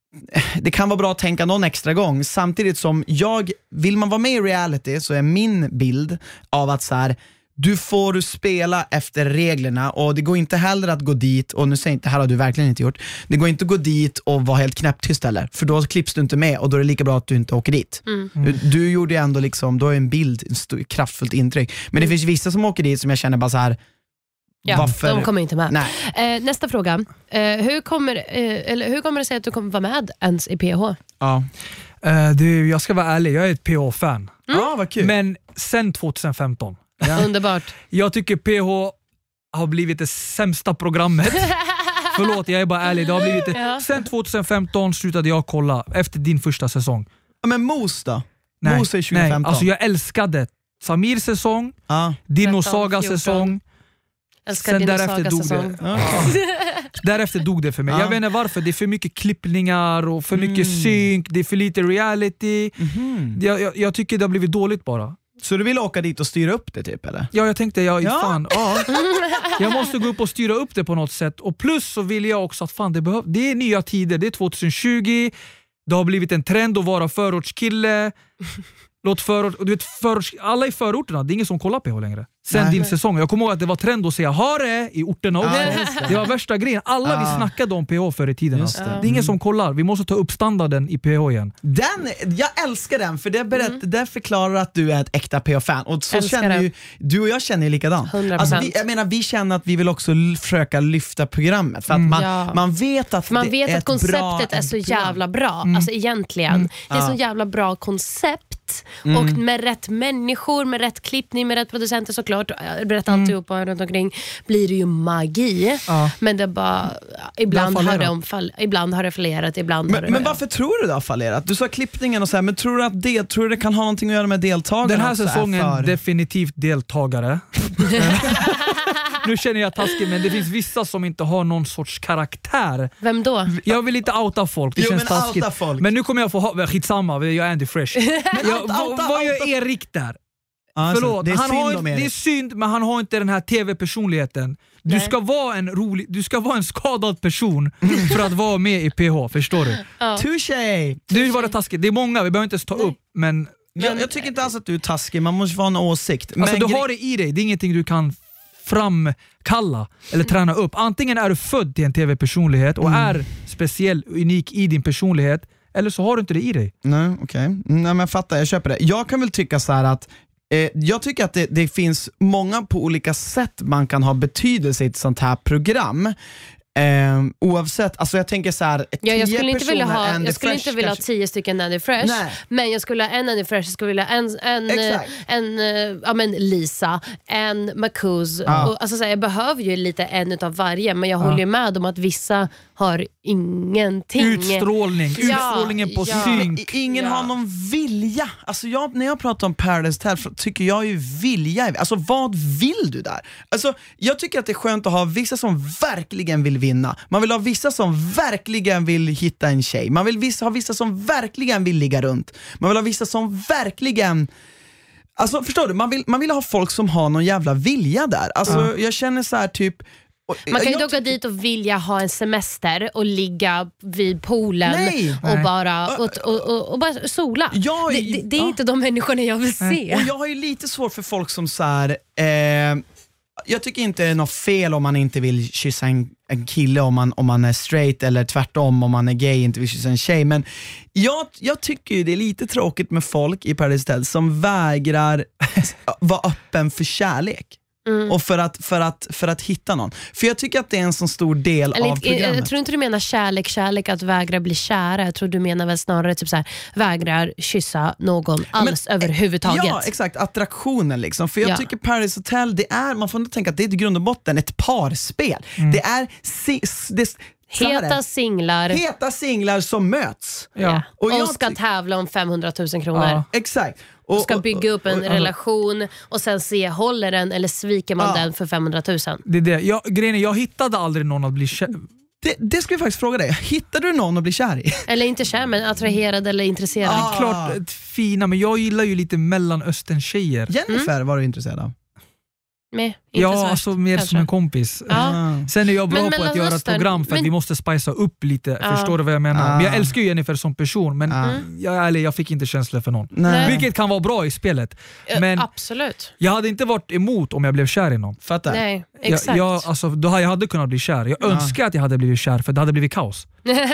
det kan vara bra att tänka någon extra gång. Samtidigt som jag, vill man vara med i reality så är min bild av att så här, du får spela efter reglerna och det går inte heller att gå dit, och nu säger jag inte, här har du verkligen inte gjort, det går inte att gå dit och vara helt knäpptyst heller, för då klipps du inte med och då är det lika bra att du inte åker dit. Mm. Du, du gjorde ju ändå liksom, då är en bild, en stor, kraftfullt intryck. Men det finns vissa som åker dit som jag känner bara så här. Ja, varför? De kommer inte med. Nej. Eh, nästa fråga. Eh, hur, kommer, eh, eller hur kommer det sig att du kommer vara med ens i P H? Ja. Uh, du, jag ska vara ärlig, jag är ett P H-fan. Mm. Ja, vad kul. Men sen tjugohundrafemton. Ja. Underbart. Jag tycker P H har blivit det sämsta programmet. Förlåt, jag är bara ärlig. Det har blivit det. Ja. Sen tjugohundrafemton slutade jag kolla efter din första säsong. Ja, men Mos då? Nej, Mos är tjugohundrafemton. Nej, alltså jag älskade Samirs säsong, ah. Dino Sagas säsong. Älskar Dino Sagas säsong. Ja. Därefter dog det för mig. Ah. Jag vet inte varför. Det är för mycket klippningar och för mycket mm. synk. Det är för lite reality. Mm-hmm. jag, jag, jag tycker det har blivit dåligt bara. Så du vill åka dit och styra upp det typ eller? Ja, jag tänkte jag, ja. fan, ja. Jag måste gå upp och styra upp det på något sätt. Och plus så vill jag också att fan, det, behöv, det är nya tider, det är tjugohundratjugo. Det har blivit en trend att vara förortskille. Låt förort, du vet, förorts, alla i förorterna, det är ingen som kollar på P H längre. Sen Nej. din säsong. Jag kommer ihåg att det var trend att säga ha det i orterna också. Ja, det. det var värsta grejen. Alla ja. vi snackade om P H förr i tiden. Alltså. Det. det är ingen som kollar. Vi måste ta upp standarden i P H igen. Den, jag älskar den, för det, berätt, mm. det förklarar att du är ett äkta P H-fan. Och så känner ju, du och jag känner ju likadant. Alltså vi, jag menar, vi känner att vi vill också försöka lyfta programmet. För att man, ja. man vet att man det vet är att konceptet bra, är så jävla bra. Mm. Alltså egentligen. Mm. Det är ja. så jävla bra koncept. Mm. Och med rätt människor, med rätt klippning, med rätt producenter såklart, rätt mm. alltihopa runt omkring, blir det ju magi. Ja. Men det bara, ibland har det, omfall, ibland har det fallerat, ibland men, har det... Men varför tror du det har fallerat? Du sa klippningen och så här, men tror du att det, tror du det kan ha någonting att göra med deltagarna? Den här säsongen för... definitivt deltagare. Nu känner jag taskigt, men det finns vissa som inte har någon sorts karaktär. Vem då? Jag vill inte outa folk, det jo, känns men taskigt. Folk. Men nu kommer jag få ha, skitsamma, jag är Andy Fresh. jag, outa, vad, outa, vad gör Erik där? Alltså, Förlåt, det är, han synd har, om det är synd, men han har inte den här tv-personligheten. Du ska vara en rolig, du ska vara en skadad person för att vara med i P H, förstår du? Ja. Touché! Det var det taskigt, det är många, vi behöver inte ta upp, men... Jag, jag tycker inte alls att du är taskig, man måste få en åsikt. Alltså, men du har det i dig, det är ingenting du kan framkalla eller träna upp. Antingen är du född till en tv-personlighet och mm. är speciell, unik i din personlighet, eller så har du inte det i dig. Nej, okej. Okay. Nej, men jag fattar, jag köper det. Jag kan väl tycka så här att eh, jag tycker att det, det finns många på olika sätt man kan ha betydelse i ett sånt här program. Eh, oavsett, alltså jag tänker så här, ja, jag skulle inte vilja ha, jag skulle inte vilja ha tio stycken Nandy Fresh. Nej. Men jag skulle ha en Nandy Fresh, jag skulle vilja ha en, en, en, en uh, ja, men Lisa, en Marcus. Ja. Och, alltså, så här, jag behöver ju lite en utav varje, men jag Ja. håller ju med om att vissa har ingenting. Utstrålning, Ja, utstrålningen på ja. synk. Ingen Ja. har någon vilja. Alltså jag, när jag pratar om Paradise Hotel tycker jag ju vilja. Alltså vad vill du där? Alltså jag tycker att det är skönt att ha vissa som verkligen vill vinna. Man vill ha vissa som verkligen vill hitta en tjej. Man vill vissa, ha vissa som verkligen vill ligga runt. Man vill ha vissa som verkligen... Alltså förstår du? Man vill, man vill ha folk som har någon jävla vilja där. Alltså Ja. jag känner så här typ... Man kan ju jag inte åka dit och vilja ha en semester och ligga vid poolen Nej. och, Nej. bara, och, och, och, och bara sola. Ja, det, det, det är ja. inte de människorna jag vill se. Och jag har ju lite svårt för folk som så här, eh, jag tycker inte det är något fel om man inte vill kyssa en, en kille om man, om man är straight, eller tvärtom om man är gay inte vill kyssa en tjej, men jag, jag tycker ju det är lite tråkigt med folk i Paradise Hotel som vägrar vara öppen för kärlek. Mm. Och för att, för, att, för att hitta någon. För jag tycker att det är en så stor del Eller, av programmet. jag, jag tror inte du menar kärlek, kärlek att vägra bli kära. Jag tror du menar väl snarare typ så här, vägrar kyssa någon alls Men, överhuvudtaget. Ja, exakt. Attraktionen liksom. För jag ja. tycker Paradise Hotel, det är, man får inte tänka att det är i grund och botten ett parspel. Mm. Det är si, det, Heta singlar. Heta singlar som möts. Ja. Och, och och ska tävla om femhundratusen kronor. Ja, exakt. Och, ska bygga upp en och, och, relation och sen se, håller den eller sviker man ja. den för femhundratusen? Det är det. Jag, grejen är, jag hittade aldrig någon att bli kär. Det, det ska jag faktiskt fråga dig. Hittade du någon att bli kär i? Eller inte kär, men attraherad eller intresserad. Ah. Klart fina, men jag gillar ju lite Mellanöstern-tjejer. Jennifer mm. var du intresserad av? Med, ja, alltså mer kanske. Som en kompis. Ja. Sen är jag bra men, på att göra ett program för men, att vi måste spicea upp lite. Ja. Förstår du vad jag menar? Ja. Men jag älskar ju Jennifer som person, men ja. jag, eller, jag fick inte känslor för någon. Nej. Vilket kan vara bra i spelet. Men absolut. Jag hade inte varit emot om jag blev kär i någon. Fattar? Nej, exakt. Jag, jag, alltså, då hade jag hade kunnat bli kär. Jag ja. önskar att jag hade blivit kär, för det hade blivit kaos.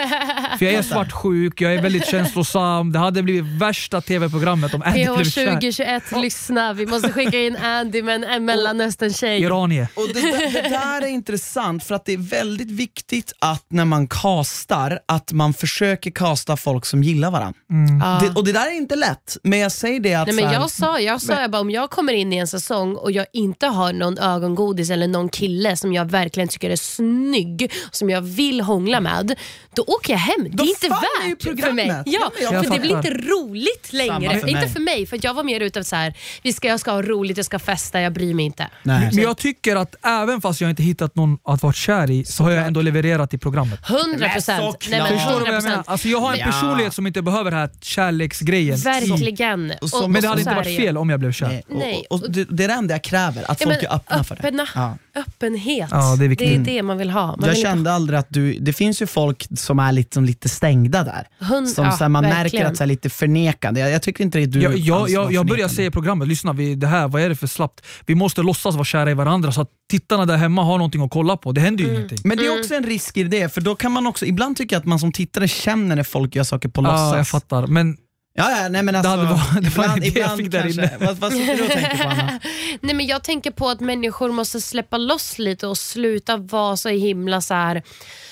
För jag är svartsjuk, jag är väldigt känslosam. Det hade blivit värsta tv-programmet om Andy blev kär. tjugo tjugoett, lyssna. Vi måste skicka in Andy med en Mellanöstern-tjej. Iranier. Och det, det, det där är intressant, för att det är väldigt viktigt att när man castar, att man försöker casta folk som gillar varandra. Mm. Ah. Det, och det där är inte lätt, men jag säger det att... Nej, men här, jag sa, jag sa jag bara, om jag kommer in i en säsong och jag inte har någon ögongodis eller någon kille som jag verkligen tycker är snygg, som jag vill hångla med, då åker jag hem. Det är då inte värt för mig. Ja, jag för det blir inte roligt längre. För inte mig. för mig, för jag var mer ute av så här, vi ska, jag ska ha roligt, jag ska festa, jag bryr mig inte. Nej. Men jag tycker att även fast jag inte hittat någon att vara kär i, så har jag ändå levererat i programmet. hundra procent. Nej, men Förstår du vad jag menar? Alltså jag har en ja. personlighet som inte behöver den här kärleksgrejen. Verkligen. Och så, och, men det och hade inte varit fel om jag blev kär. Nej. Nej. Och, och det, det är det enda jag kräver, att ja, folk är öppna för det. Öppna, ja. Öppenhet. Ja, det är viktigt. Det är det man vill ha. Man jag vill kände inte... aldrig att du, det finns ju folk som är lite, som lite stängda där. Hund, som ja, så här, man verkligen. märker att så här, lite förnekande. Jag, jag tycker inte att du Jag, jag, alls jag, var jag börjar förnekande. säga i programmet, lyssna, vi, det här, vad är det för slappt? Vi måste låtsas vara kära i varandra så att tittarna där hemma har någonting att kolla på. Det händer ju mm. ingenting. Men det är också en risk i det, för då kan man också, ibland tycker jag att man som tittare känner när folk gör saker på låtsas. Ja, jag fattar. Men Ja, ja, nej men alltså, det, var, det var ibland, inte det jag ibland fick där kanske, inne. vad, vad sitter du och tänker på, Anna? Nej, men jag tänker på att människor måste släppa loss lite och sluta vara så himla så här.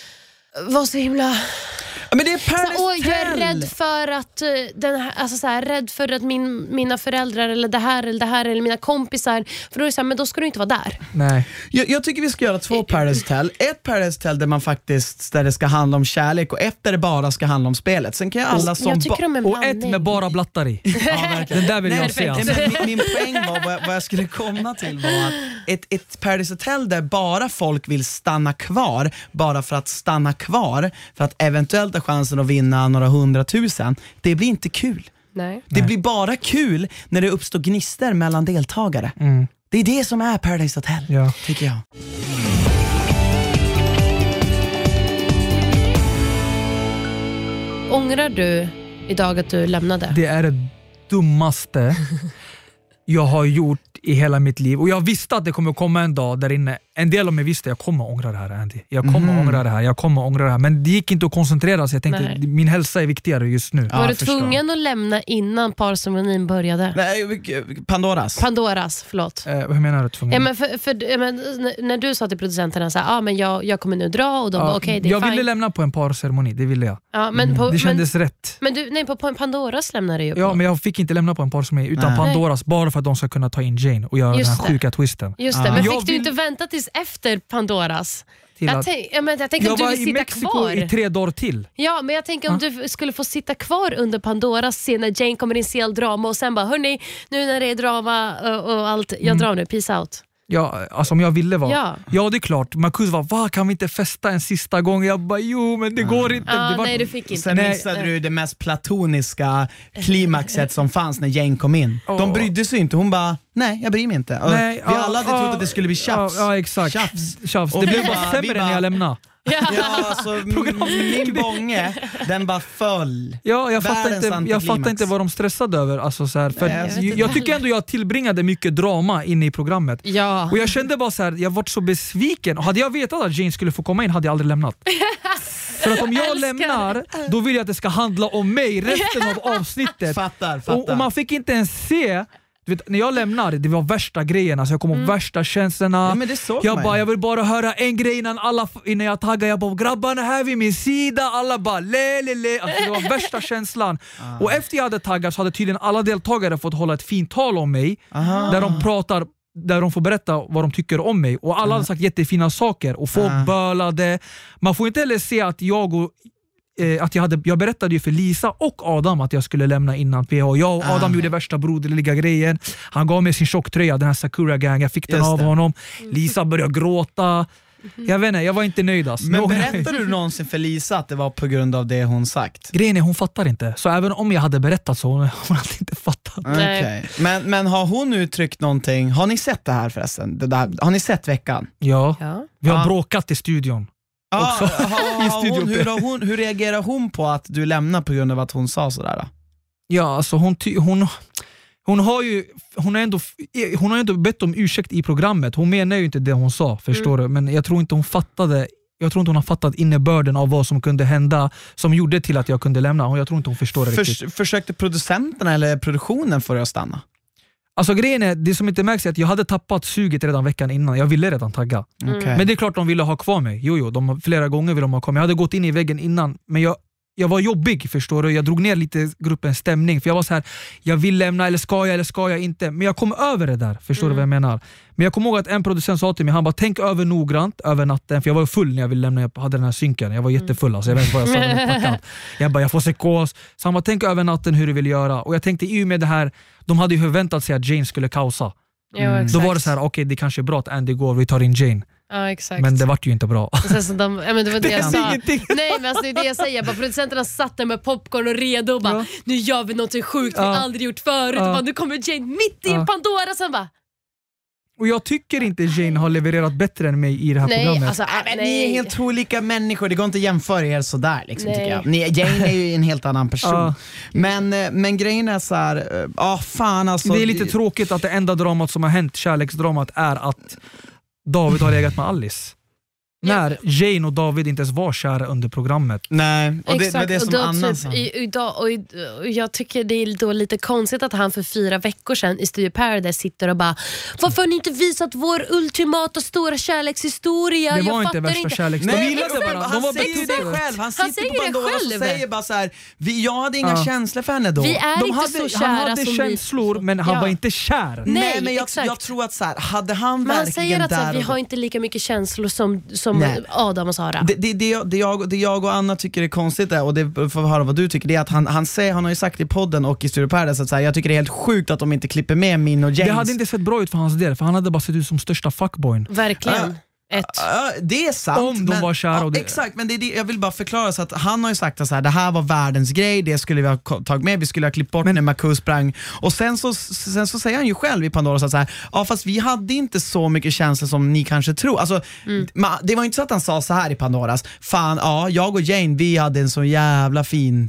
Var så himla... Men det är Paradise så, åh, jag är Hotel. rädd för att uh, den här, alltså så här, rädd för att min, mina föräldrar eller det här eller det här eller mina kompisar, för då är det så här, men då ska du inte vara där. Nej. Jag, jag tycker vi ska göra två Paradise Hotel. Ett Paradise Hotel där man faktiskt, där det ska handla om kärlek, och ett där det bara ska handla om spelet. Sen kan jag alla som jag tycker om en Och ett blandning. med bara blattar i. Ja, Den där vill Nej, jag se. nej, Alltså. men min, min poäng var, vad jag, vad jag skulle komma till var att ett, ett Paradise Hotel där bara folk vill stanna kvar, bara för att stanna kvar, för att eventuellt ha chansen att vinna några hundratusen, det blir inte kul. Nej. Det blir bara kul när det uppstår gnister mellan deltagare. Mm. Det är det som är Paradise Hotel, Ja. tycker jag. Ångrar du idag att du lämnade? Det är det dummaste jag har gjort i hela mitt liv. Och jag visste att det kommer komma en dag där inne. En del av mig visste att jag kommer ångra det här, Andy. Jag kommer mm. ångra det här, jag kommer ångra det här. Men det gick inte att koncentrera sig. Jag tänkte, Nej. min hälsa är viktigare just nu. Var ja, du tvungen att lämna innan parceremonin började? Nej, Pandoras. Pandoras, förlåt. Eh, vad menar du tvungen? Ja, men för, för, men, när du sa till producenterna så här, ah, men jag, jag kommer nu dra och de ja, bara, okej, okay, det är Jag fine. ville lämna på en parceremoni, det ville jag. Ja, men på, det kändes men, rätt. Men du, nej, på, på en Pandoras lämnade du ju på. Ja, men jag fick inte lämna på en parceremoni utan nej. Pandoras, bara för att de ska kunna ta in Jane och göra Just den här det. sjuka twisten. Just det, ah. men jag fick vill... du inte vänta tills efter Pandoras? Jag, tänk, jag, men, jag tänker jag om du var vill i sitta Mexiko kvar i tre dagar till. Ja, men jag tänker om ah. du skulle få sitta kvar under Pandoras scen när Jane kommer in i all drama och sen bara, hörni, nu när det är drama och, och allt, jag mm. drar nu, peace out. Ja, alltså om jag ville vara. Ja, ja det är klart. Marcus var, va, kan vi inte festa en sista gång? Jag bara, jo men det mm. går inte. Ah, det var... Nej, du fick inte. Sen missade du det mest platoniska klimaxet som fanns när Jane kom in. Oh. De brydde sig inte, hon bara, nej jag bryr mig inte. Nej, vi ah, alla hade ah, trott att det skulle bli tjafs. Ja, ah, exakt. Tjafs. Tjafs. Det blev bara sämre när jag lämnade. Ja, alltså min bånge, den bara föll. Ja, jag fattar inte, jag fattar inte vad de stressade över. Alltså, så här, för Nej, jag, jag, jag tycker ändå jag tillbringade mycket drama inne i programmet. Ja. Och jag kände bara så här, jag var så besviken. Och hade jag vetat att Jane skulle få komma in hade jag aldrig lämnat. För att om jag Älskar. lämnar, då vill jag att det ska handla om mig resten av avsnittet. Fattar, fattar. Och, och man fick inte ens se. Du vet, när jag lämnade, det var värsta grejen, alltså jag kom ihåg mm. värsta känslorna. Ja, men det såg jag man. bara, jag vill bara höra en grej innan, alla, innan jag taggar. Jag bara, grabbarna här vid min sida, alla bara le le le. Alltså, det var värsta känslan. Ah. Och efter jag hade taggat så hade tydligen alla deltagare fått hålla ett fint tal om mig. Aha. Där de pratar, där de får berätta vad de tycker om mig. Och alla ah. hade sagt jättefina saker och folk ah. bölade. Man får inte heller se att jag och Att jag, hade, jag berättade ju för Lisa och Adam att jag skulle lämna innan P H. Jag och Adam ah. gjorde värsta broderliga grejen. Han gav mig sin tjocktröja, den här Sakura Gang. Jag fick den Just av det. honom. Lisa började gråta. Jag vet inte, jag var inte nöjd. Alltså. Men berättade du någonsin för Lisa att det var på grund av det hon sagt? Grejen är, hon fattar inte. Så även om jag hade berättat så hon, hon hade inte fattat. Okay. Men, men har hon uttryckt någonting? Har ni sett det här förresten? Det där, har ni sett veckan? Ja, ja. vi har ah. bråkat i studion. Ah, ha, ha, hon, hur, har hon, hur reagerar hon på att du lämnar på grund av att hon sa sådär? Då? Ja, alltså hon, ty, hon, hon har ju hon har, ändå, hon har ändå bett om ursäkt i programmet. Hon menar ju inte det hon sa, förstår mm. du? Men jag tror inte hon fattade Jag tror inte hon har fattat innebörden av vad som kunde hända som gjorde till att jag kunde lämna. Jag tror inte hon förstår det Förs- riktigt. Försökte producenterna eller produktionen få dig att stanna? Alltså grejen är, det som inte märks är att jag hade tappat suget redan veckan innan. Jag ville redan tagga. Mm. Okay. Men det är klart de ville ha kvar mig. Jo, jo, de, flera gånger ville de ha kvar mig. Jag hade gått in i väggen innan, men jag, jag var jobbig, förstår du. Jag drog ner lite gruppens stämning. För jag var så här, jag vill lämna, eller ska jag, eller ska jag inte. Men jag kom över det där, förstår mm. du vad jag menar? Men jag kommer ihåg att en producent sa till mig, han bara, tänk över noggrant över natten. För jag var full när jag ville lämna, jag hade den här synken. Jag var jättefull, alltså, jag vet inte vad jag sa. Jag bara, jag får psykos. Så han bara, tänk över natten hur du vill göra. Och jag tänkte, i och med det här, de hade ju förväntat sig att Jane skulle kausa. Mm. Då var det så här, okej okay, det kanske är bra att Andy går, vi tar in Jane. Ja, exakt. Men det var ju inte bra. Så, så de, ja, men det var det, det jag sa. Nej, men alltså, det är det jag säger. Bara, producenterna satt där med popcorn och redo och bara, ja. nu gör vi något sjukt ja. vi aldrig gjort förut. Ja. Och bara, nu kommer Jane mitt i ja. Pandora. Sen bara... Och jag tycker inte Jane har levererat bättre än mig i det här nej, programmet. Alltså, äh, men nej. Ni är helt olika människor, det går inte att jämföra er sådär liksom, tycker jag. Ni, Jane är ju en helt annan person. Uh. Men, men grejen är så här, ja uh, fan alltså. Det är lite tråkigt att det enda dramat som har hänt, kärleksdramat, är att David har legat med Alice. När Jane och David inte ens var kära under programmet. Nej, och det, exakt, det är som och Anna typ, i, idag, och, och jag tycker det är då lite konstigt att han för fyra veckor sedan i Studio Paradise sitter och bara, varför har ni inte visat vår ultimata stora kärlekshistoria? Det var jag inte värsta kärlekshistoria. De gillade bara. Han, han säger det själv. Han, han sitter på Pandora och säger bara så här, vi, jag hade inga ja. känslor för henne då. Vi är De inte hade, så kära. Han hade som känslor vi... men han ja. var inte kär. Nej, Nej men jag, jag tror att så här, hade han men verkligen han säger att där vi har inte lika mycket känslor som, som Adam och Sara. Det, det, det, det, jag, det jag och Anna tycker är konstigt är, och det får vi höra vad du tycker, det är att han, han, säger, han har ju sagt i podden och i Studio Paradise att så här, jag tycker det är helt sjukt att de inte klipper med min och James. Det hade inte sett bra ut för hans del, för han hade bara sett ut som största fuckboyn. Verkligen. Uh, Ett. Uh, det är sant. Om de men, var kära och det... ja, exakt, men det är det, jag vill bara förklara så att han har ju sagt att så här, det här var världens grej, det skulle vi ha tagit med, vi skulle ha klippt bort men, när Marcus sprang. Och sen så, sen så säger han ju själv i Pandora så att så här, ja fast vi hade inte så mycket känslor som ni kanske tror. Alltså, mm. man, det var inte så att han sa så här i Pandoras, fan ja, jag och Jane, vi hade en så jävla fin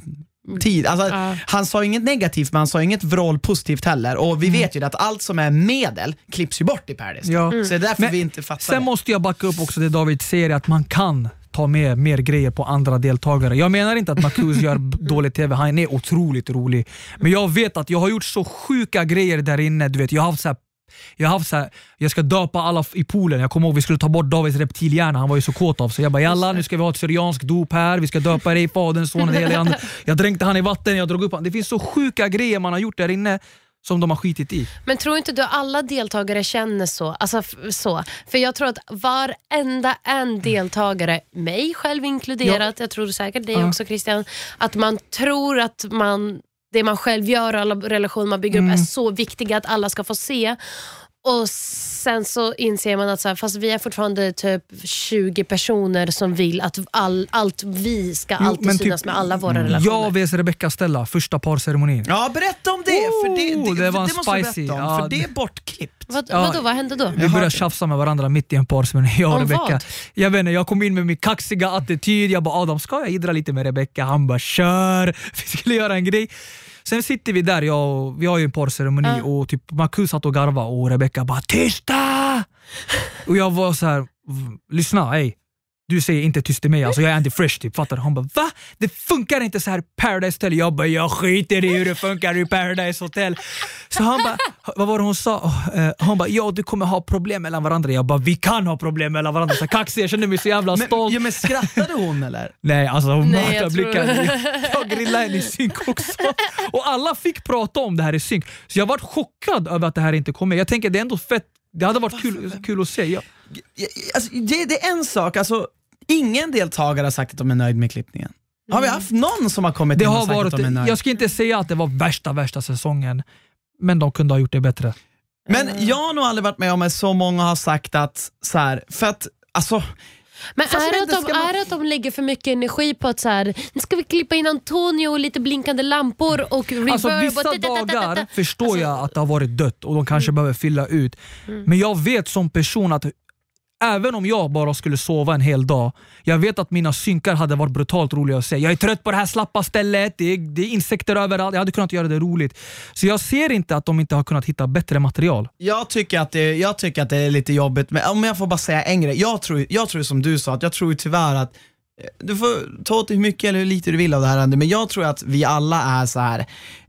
tid. Alltså, Ja. Han sa inget negativt, men han sa inget vrål positivt heller. Och vi vet ju att allt som är medel klipps ju bort i Paradise. Ja. Så det är därför Men vi inte fattar Sen det. måste jag backa upp också det David säger, att man kan ta med mer grejer på andra deltagare. Jag menar inte att Marcus gör dålig tv, han är otroligt rolig. Men jag vet att jag har gjort så sjuka grejer där inne. Du vet, jag har haft så här, jag har haft så här, jag ska döpa alla i poolen. Jag kommer ihåg vi skulle ta bort Davids reptilhjärna, han var ju så kåt av sig. Jag bara, jalla, nu ska vi ha ett syriansk dop här, vi ska döpa dig, fadern, sonen, hela andra. Jag dränkte han i vatten, jag drog upp han. Det finns så sjuka grejer man har gjort där inne som de har skitit i. Men tror inte du alla deltagare känner så? Alltså f- så? För jag tror att varenda en deltagare, mig själv inkluderat, ja. Jag tror säkert dig ja. också Christian, att man tror att man, det man själv gör och alla relationer man bygger Mm. upp är så viktiga att alla ska få se. Och sen så inser man att så här, fast vi är fortfarande typ tjugo personer som vill att all, allt vi ska Jo, alltid men synas typ, med alla våra relationer. Jag vet Rebecca Stella, första parceremonin. Ja, berätta om det, för det, det, Oh, det var det måste du spicy. berätta om, Ja, för det är bortklippt. Vad, Ja. vadå, vad hände då? Vi började tjafsa med varandra mitt i en parceremoni, jag och Om Rebecca. vad? Jag vet inte, jag kom in med min kaxiga attityd. Jag bara, Adam, ska jag idra lite med Rebecca? Han bara, kör! Vi skulle göra en grej. Sen sitter vi där, jag och, vi har ju en parceremoni Ja. och typ Marcus satt och garva och Rebecca bara, tysta! Och jag var så här, lyssna, hej. Du säger inte tyst till mig, alltså jag är anti-fresh typ, fattar du? Han bara, va? Det funkar inte så här Paradise Hotel. Jag bara, jag skiter i hur det funkar i Paradise Hotel. Så han bara, vad var det hon sa? Uh, han bara, ja du kommer ha problem mellan varandra. Jag bara, vi kan ha problem mellan varandra. Så kaxig, jag kände mig så jävla stolt. Men, ja, men skrattade hon eller? Nej, alltså hon Nej, mördade jag tror- blickar. Jag, jag grillade henne i synk också. Och alla fick prata om det här i synk. Så jag var chockad över att det här inte kom med. Jag tänker, det är ändå fett. Det hade varit kul, kul att se. Ja. Alltså, det, det är en sak, alltså ingen deltagare har sagt att de är nöjd med klippningen. Har vi haft någon som har kommit Det in och har sagt varit, att de är nöjd? jag ska inte säga att det var värsta, värsta säsongen. Men de kunde ha gjort det bättre. Men jag har nog aldrig varit med om att så många har sagt att så här, för att alltså Men Fast är det, inte att de, ska man- är det att de lägger för mycket energi på att så här, nu ska vi klippa in Antonio och lite blinkande lampor och reverb Alltså vissa och da, da, da, da, da. dagar förstår Alltså- jag att det har varit dött och de kanske behöver fylla ut. Men jag vet som person att även om jag bara skulle sova en hel dag, jag vet att mina synkar hade varit brutalt roliga att se. Jag är trött på det här slappa stället, det är, det är insekter överallt, jag hade kunnat göra det roligt. Så jag ser inte att de inte har kunnat hitta bättre material. Jag tycker att det, jag tycker att det är lite jobbigt, men om jag får bara säga en grej. Jag tror, jag tror som du sa, att jag tror tyvärr att du får ta åt hur mycket eller hur lite du vill av det här, men jag tror att vi alla är så här: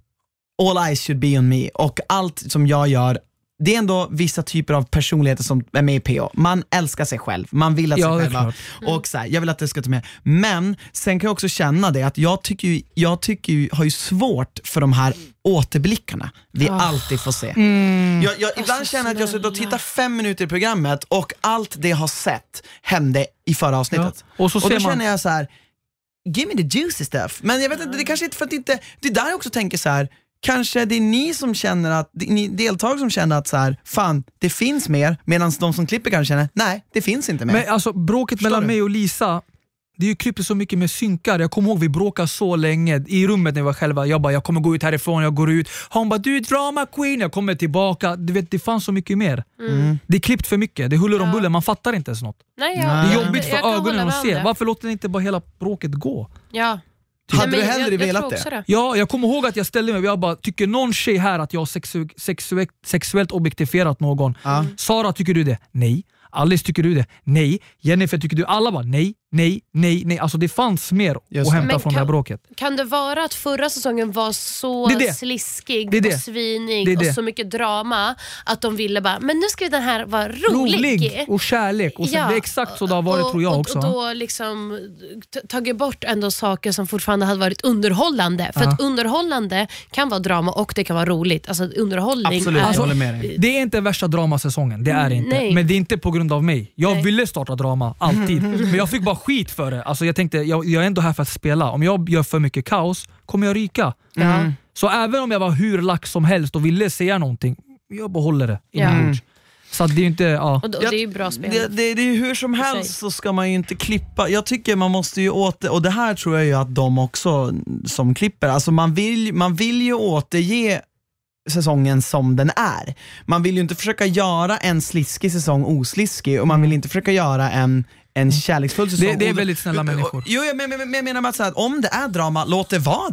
all eyes should be on me, och allt som jag gör, det är ändå vissa typer av personligheter som är med i P O. Man älskar sig själv, man vill att Ja, sig det är själva klart. och så här, jag vill att det ska ta med. Men sen kan jag också känna det att jag tycker ju, jag tycker ju, har ju svårt för de här återblickarna vi alltid får se. Jag, jag, ibland Alltså, känner jag att jag sitter och snälla. tittar fem minuter i programmet och allt det jag har sett hände i förra avsnittet. Ja. Och så Och ser då man- känner jag så här: give me the juicy stuff. Men jag vet inte, det kanske inte för att inte, det är där jag också tänker så här. Kanske det är ni som känner att, ni deltagare som känner att så här, fan, det finns mer, medan de som klipper kanske känner, nej, det finns inte mer. Men alltså bråket Förstår mellan du? mig och Lisa, det är ju klippt så mycket med synkar. Jag kommer ihåg vi bråkade så länge i rummet när vi var själva. Jag bara, jag kommer gå ut härifrån, jag går ut. Hon bara, du är drama queen, jag kommer tillbaka. Du vet, det fanns så mycket mer. Mm. Det är klippt för mycket, det är huller om Ja. buller, man fattar inte ens något. Nej, jag, Det Nej. är jag- jobbigt jag för kan hålla ögonen med att om se. det. Varför låter ni inte bara hela bråket gå? Ja. Hade Nej, du men hellre jag, velat jag tror det? också det? Ja, jag kommer ihåg att jag ställde mig och jag bara, tycker någon tjej här att jag har sexu- sexu- sexuellt objektifierat någon? Ja. Sara, tycker du det? Nej. Alice, tycker du det? Nej. Jennifer, tycker du? Alla bara nej, nej, nej, nej. Alltså det fanns mer Just att det. hämta Men från det här kan- bråket. Kan det vara att förra säsongen var så Det är det. sliskig Det är det. och svinig Det är det. och så mycket drama att de ville bara, men nu ska den här vara rolig. Rolig och kärlek. Och sen, det är exakt så det har varit, och, tror jag och, också. Och då liksom t- tagit bort ändå saker som fortfarande hade varit underhållande. För Ja. att underhållande kan vara drama och det kan vara roligt. Alltså underhållning Absolut, är... jag håller med dig. Det är inte värsta dramasäsongen, det är det inte. Nej. Men det är inte på grund av mig. Jag Nej. ville starta drama, alltid. Men jag fick bara skit för det. Alltså jag tänkte, jag, jag är ändå här för att spela. Om jag gör för mycket kaos kommer jag ryka. Mm. Så även om jag var hur lax som helst och ville säga någonting, jag behåller det Ja. inombords. Så att det är ju inte, ja. Och, då- och det är ju bra spel. Det, det, det är ju hur som sig. helst så ska man ju inte klippa. Jag tycker man måste ju åter, och det här tror jag ju att de också som klipper, alltså man vill, man vill ju återge säsongen som den är. Man vill ju inte försöka göra en sliskig säsong osliskig, och man vill inte försöka göra en en kärleksfull säsong. Det- det är Och- väldigt snälla och- människor. Jo, jag, men, men, men jag menar bara så här, om det är drama, låt det vara det.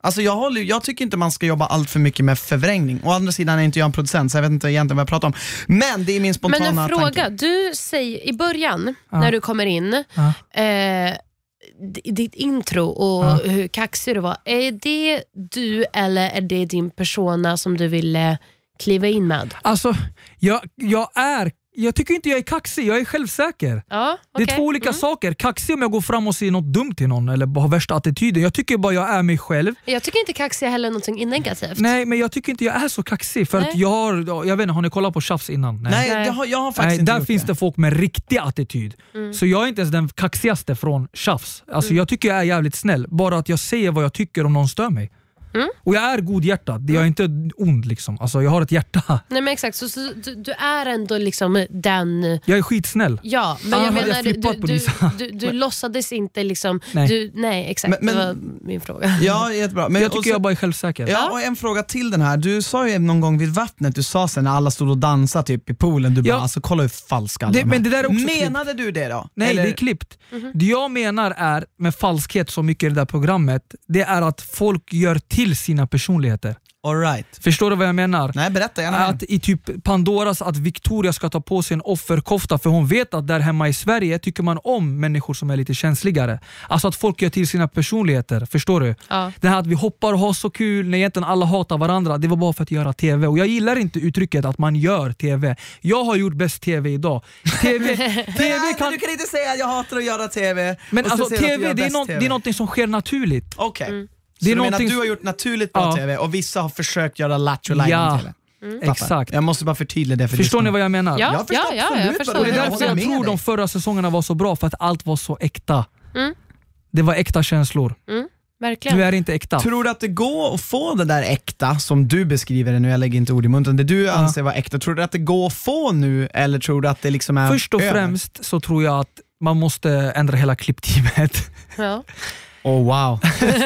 Alltså jag, håller, jag tycker inte man ska jobba allt för mycket med förvrängning. Å andra sidan är inte jag en producent, så jag vet inte egentligen vad jag pratar om. Men det är min spontana tanke. Men en fråga, tanke. du säger i början Ja. när du kommer in Ja. eh, d- ditt intro och Ja. hur kaxig du var, är det du eller är det din persona som du ville kliva in med? Alltså, jag, jag är jag tycker inte jag är kaxig, jag är självsäker. Ja, Det är okej. två olika Mm. saker. Kaxig om jag går fram och säger något dumt till någon eller har värsta attityden. Jag tycker bara jag är mig själv. Jag tycker inte kaxig är heller någonting negativt. Nej, men jag tycker inte jag är så kaxig. För Nej. att jag har, jag vet inte, har ni kollat på Tjafs innan? Nej, Nej. jag har, jag har faktiskt Nej, inte där gjort finns det. det folk med riktig attityd. Mm. Så jag är inte ens den kaxigaste från Tjafs. Alltså, Jag tycker jag är jävligt snäll. Bara att jag säger vad jag tycker om någon stör mig. Mm. Och jag är godhjärtad. Jag är inte ond liksom. Alltså, jag har ett hjärta. Nej men exakt, så, så du, du är ändå liksom den... Jag är skitsnäll. Ja, men Ah, jag hade menar, jag du, flippat du, på du, Lisa? du, du låtsades inte liksom... Nej. Du, nej, exakt. Men- men- det var min fråga. Ja, jättebra. Men Jag tycker och så- jag bara är självsäker. Ja, och en fråga till den här. Du sa ju någon gång vid vattnet, du sa sen när alla stod och dansade typ i poolen, du bara Ja. alltså kolla hur falska alla Det- de är. men det där är också Menade du det då? Nej, Eller? det är klippt. Det jag menar är, med falskhet så mycket i det där programmet, det är att folk gör till sina personligheter. All right. Förstår du vad jag menar? Nej, berätta gärna. Att i typ Pandoras, att Victoria ska ta på sig en offerkofta för hon vet att där hemma i Sverige tycker man om människor som är lite känsligare. Alltså att folk gör till sina personligheter, förstår du? Ja. Det här att vi hoppar och har så kul när egentligen alla hatar varandra, det var bara för att göra tv. Och jag gillar inte uttrycket att man gör tv. Jag har gjort bäst tv idag. TV, TV Nej, kan... du kan inte säga att jag hatar att göra tv. Men och så alltså säger du att du tv, gör det är, bäst något, TV. det är något som sker naturligt. Okej. Mm. Så Det är du menar någonting- att du har gjort naturligt bra Ja. tv och vissa har försökt göra lattjo lajv Ja. tv? Mm. Fattar. Exakt. Jag måste bara förtydliga det för Förstår lyssnarna. ni vad jag menar? Ja, Jag förstår ja, ja, absolut jag vad förstår. du Och det är menar. därför håller jag med tror dig. de förra säsongerna var så bra, för att allt var så äkta. Mm. Det var äkta känslor. Mm. Verkligen. Nu är det inte äkta. Tror du att det går att få det där äkta som du beskriver det nu, jag lägger inte ord i munnen, det du anser vara äkta, tror du att det går att få nu eller tror du att det liksom är Först och över? främst så tror jag att man måste ändra hela klippteamet. Ja. Oh wow.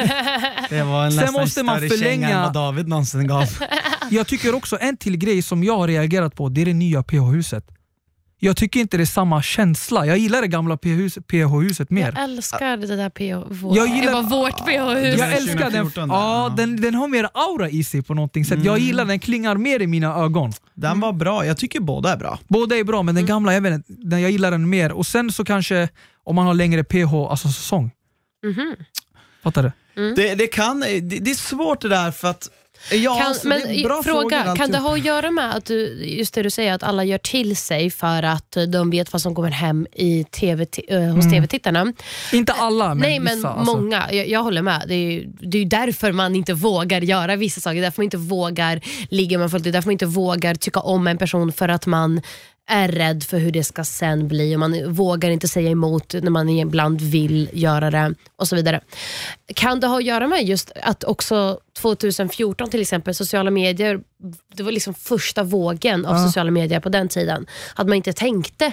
Det var en Sen nästan måste man större förlänga- känga än vad David någonsin gav. Jag tycker också en till grej som jag har reagerat på, det är det nya P H-huset. Jag tycker inte det är samma känsla. Jag gillar det gamla P H-huset mer. Jag älskar det där P H. Vår, Jag gillar- det var vårt P H-hus. Jag är älskar den, tjugohundrafjorton där. ja, Ja. den, den har mer aura i sig på någonting sätt. Jag gillar den, klingar mer i mina ögon. Den var bra, jag tycker båda är bra. Båda är bra, men den gamla, jag vet inte, den, jag gillar den mer. Och sen så kanske, om man har längre P H, alltså säsong. Mhm. Fattar du? Det, det, kan, det, det är svårt det där för att ja, Kan, alltså, men det är bra fråga, frågor, kan det alltihop. ha att göra med att du, just det du säger, att alla gör till sig för att de vet vad som kommer hem i T V, äh, hos Mm. tv-tittarna? Inte alla, men Nej, men vissa. Alltså. många. Jag, jag håller med. Det är, ju, det är ju därför man inte vågar göra vissa saker. Därför man inte vågar ligga med folk. Det är därför man inte vågar tycka om en person, för att man är rädd för hur det ska sen bli. Och man vågar inte säga emot när man ibland vill göra det och så vidare. Kan det ha att göra med just att också tjugohundrafjorton till exempel, sociala medier, det var liksom första vågen av Ja. sociala medier på den tiden. Att man inte tänkte